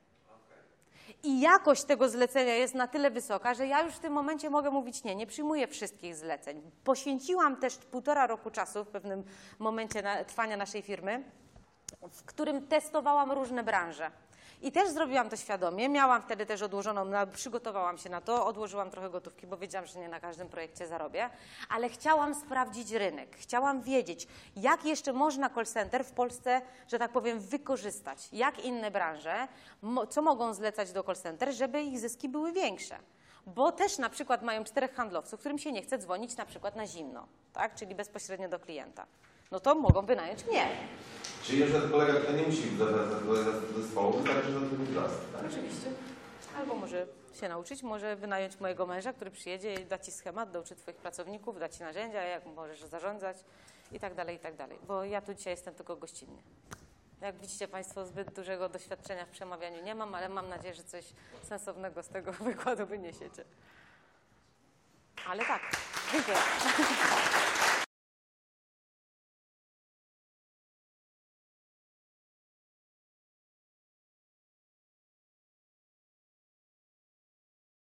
I jakość tego zlecenia jest na tyle wysoka, że ja już w tym momencie mogę mówić nie przyjmuję wszystkich zleceń. Poświęciłam też 1,5 roku czasu w pewnym momencie trwania naszej firmy, w którym testowałam różne branże. I też zrobiłam to świadomie, miałam wtedy też odłożoną, przygotowałam się na to, odłożyłam trochę gotówki, bo wiedziałam, że nie na każdym projekcie zarobię, ale chciałam sprawdzić rynek, chciałam wiedzieć, jak jeszcze można call center w Polsce, że tak powiem, wykorzystać, jak inne branże, co mogą zlecać do call center, żeby ich zyski były większe. Bo też na przykład mają 4 handlowców, którym się nie chce dzwonić na przykład na zimno, tak? Czyli bezpośrednio do klienta. No to mogą wynająć mnie. Czyli na przykład kolega tutaj nie musi zabrać do zespołu, wystarczy, że zrobi czas, tak? Oczywiście. Albo może się nauczyć, może wynająć mojego męża, który przyjedzie i da ci schemat, nauczy twoich pracowników, da ci narzędzia, jak możesz zarządzać i tak dalej, bo ja tu dzisiaj jestem tylko gościnnie. Jak widzicie Państwo, zbyt dużego doświadczenia w przemawianiu nie mam, ale mam nadzieję, że coś sensownego z tego wykładu wyniesiecie. Ale tak, dziękuję.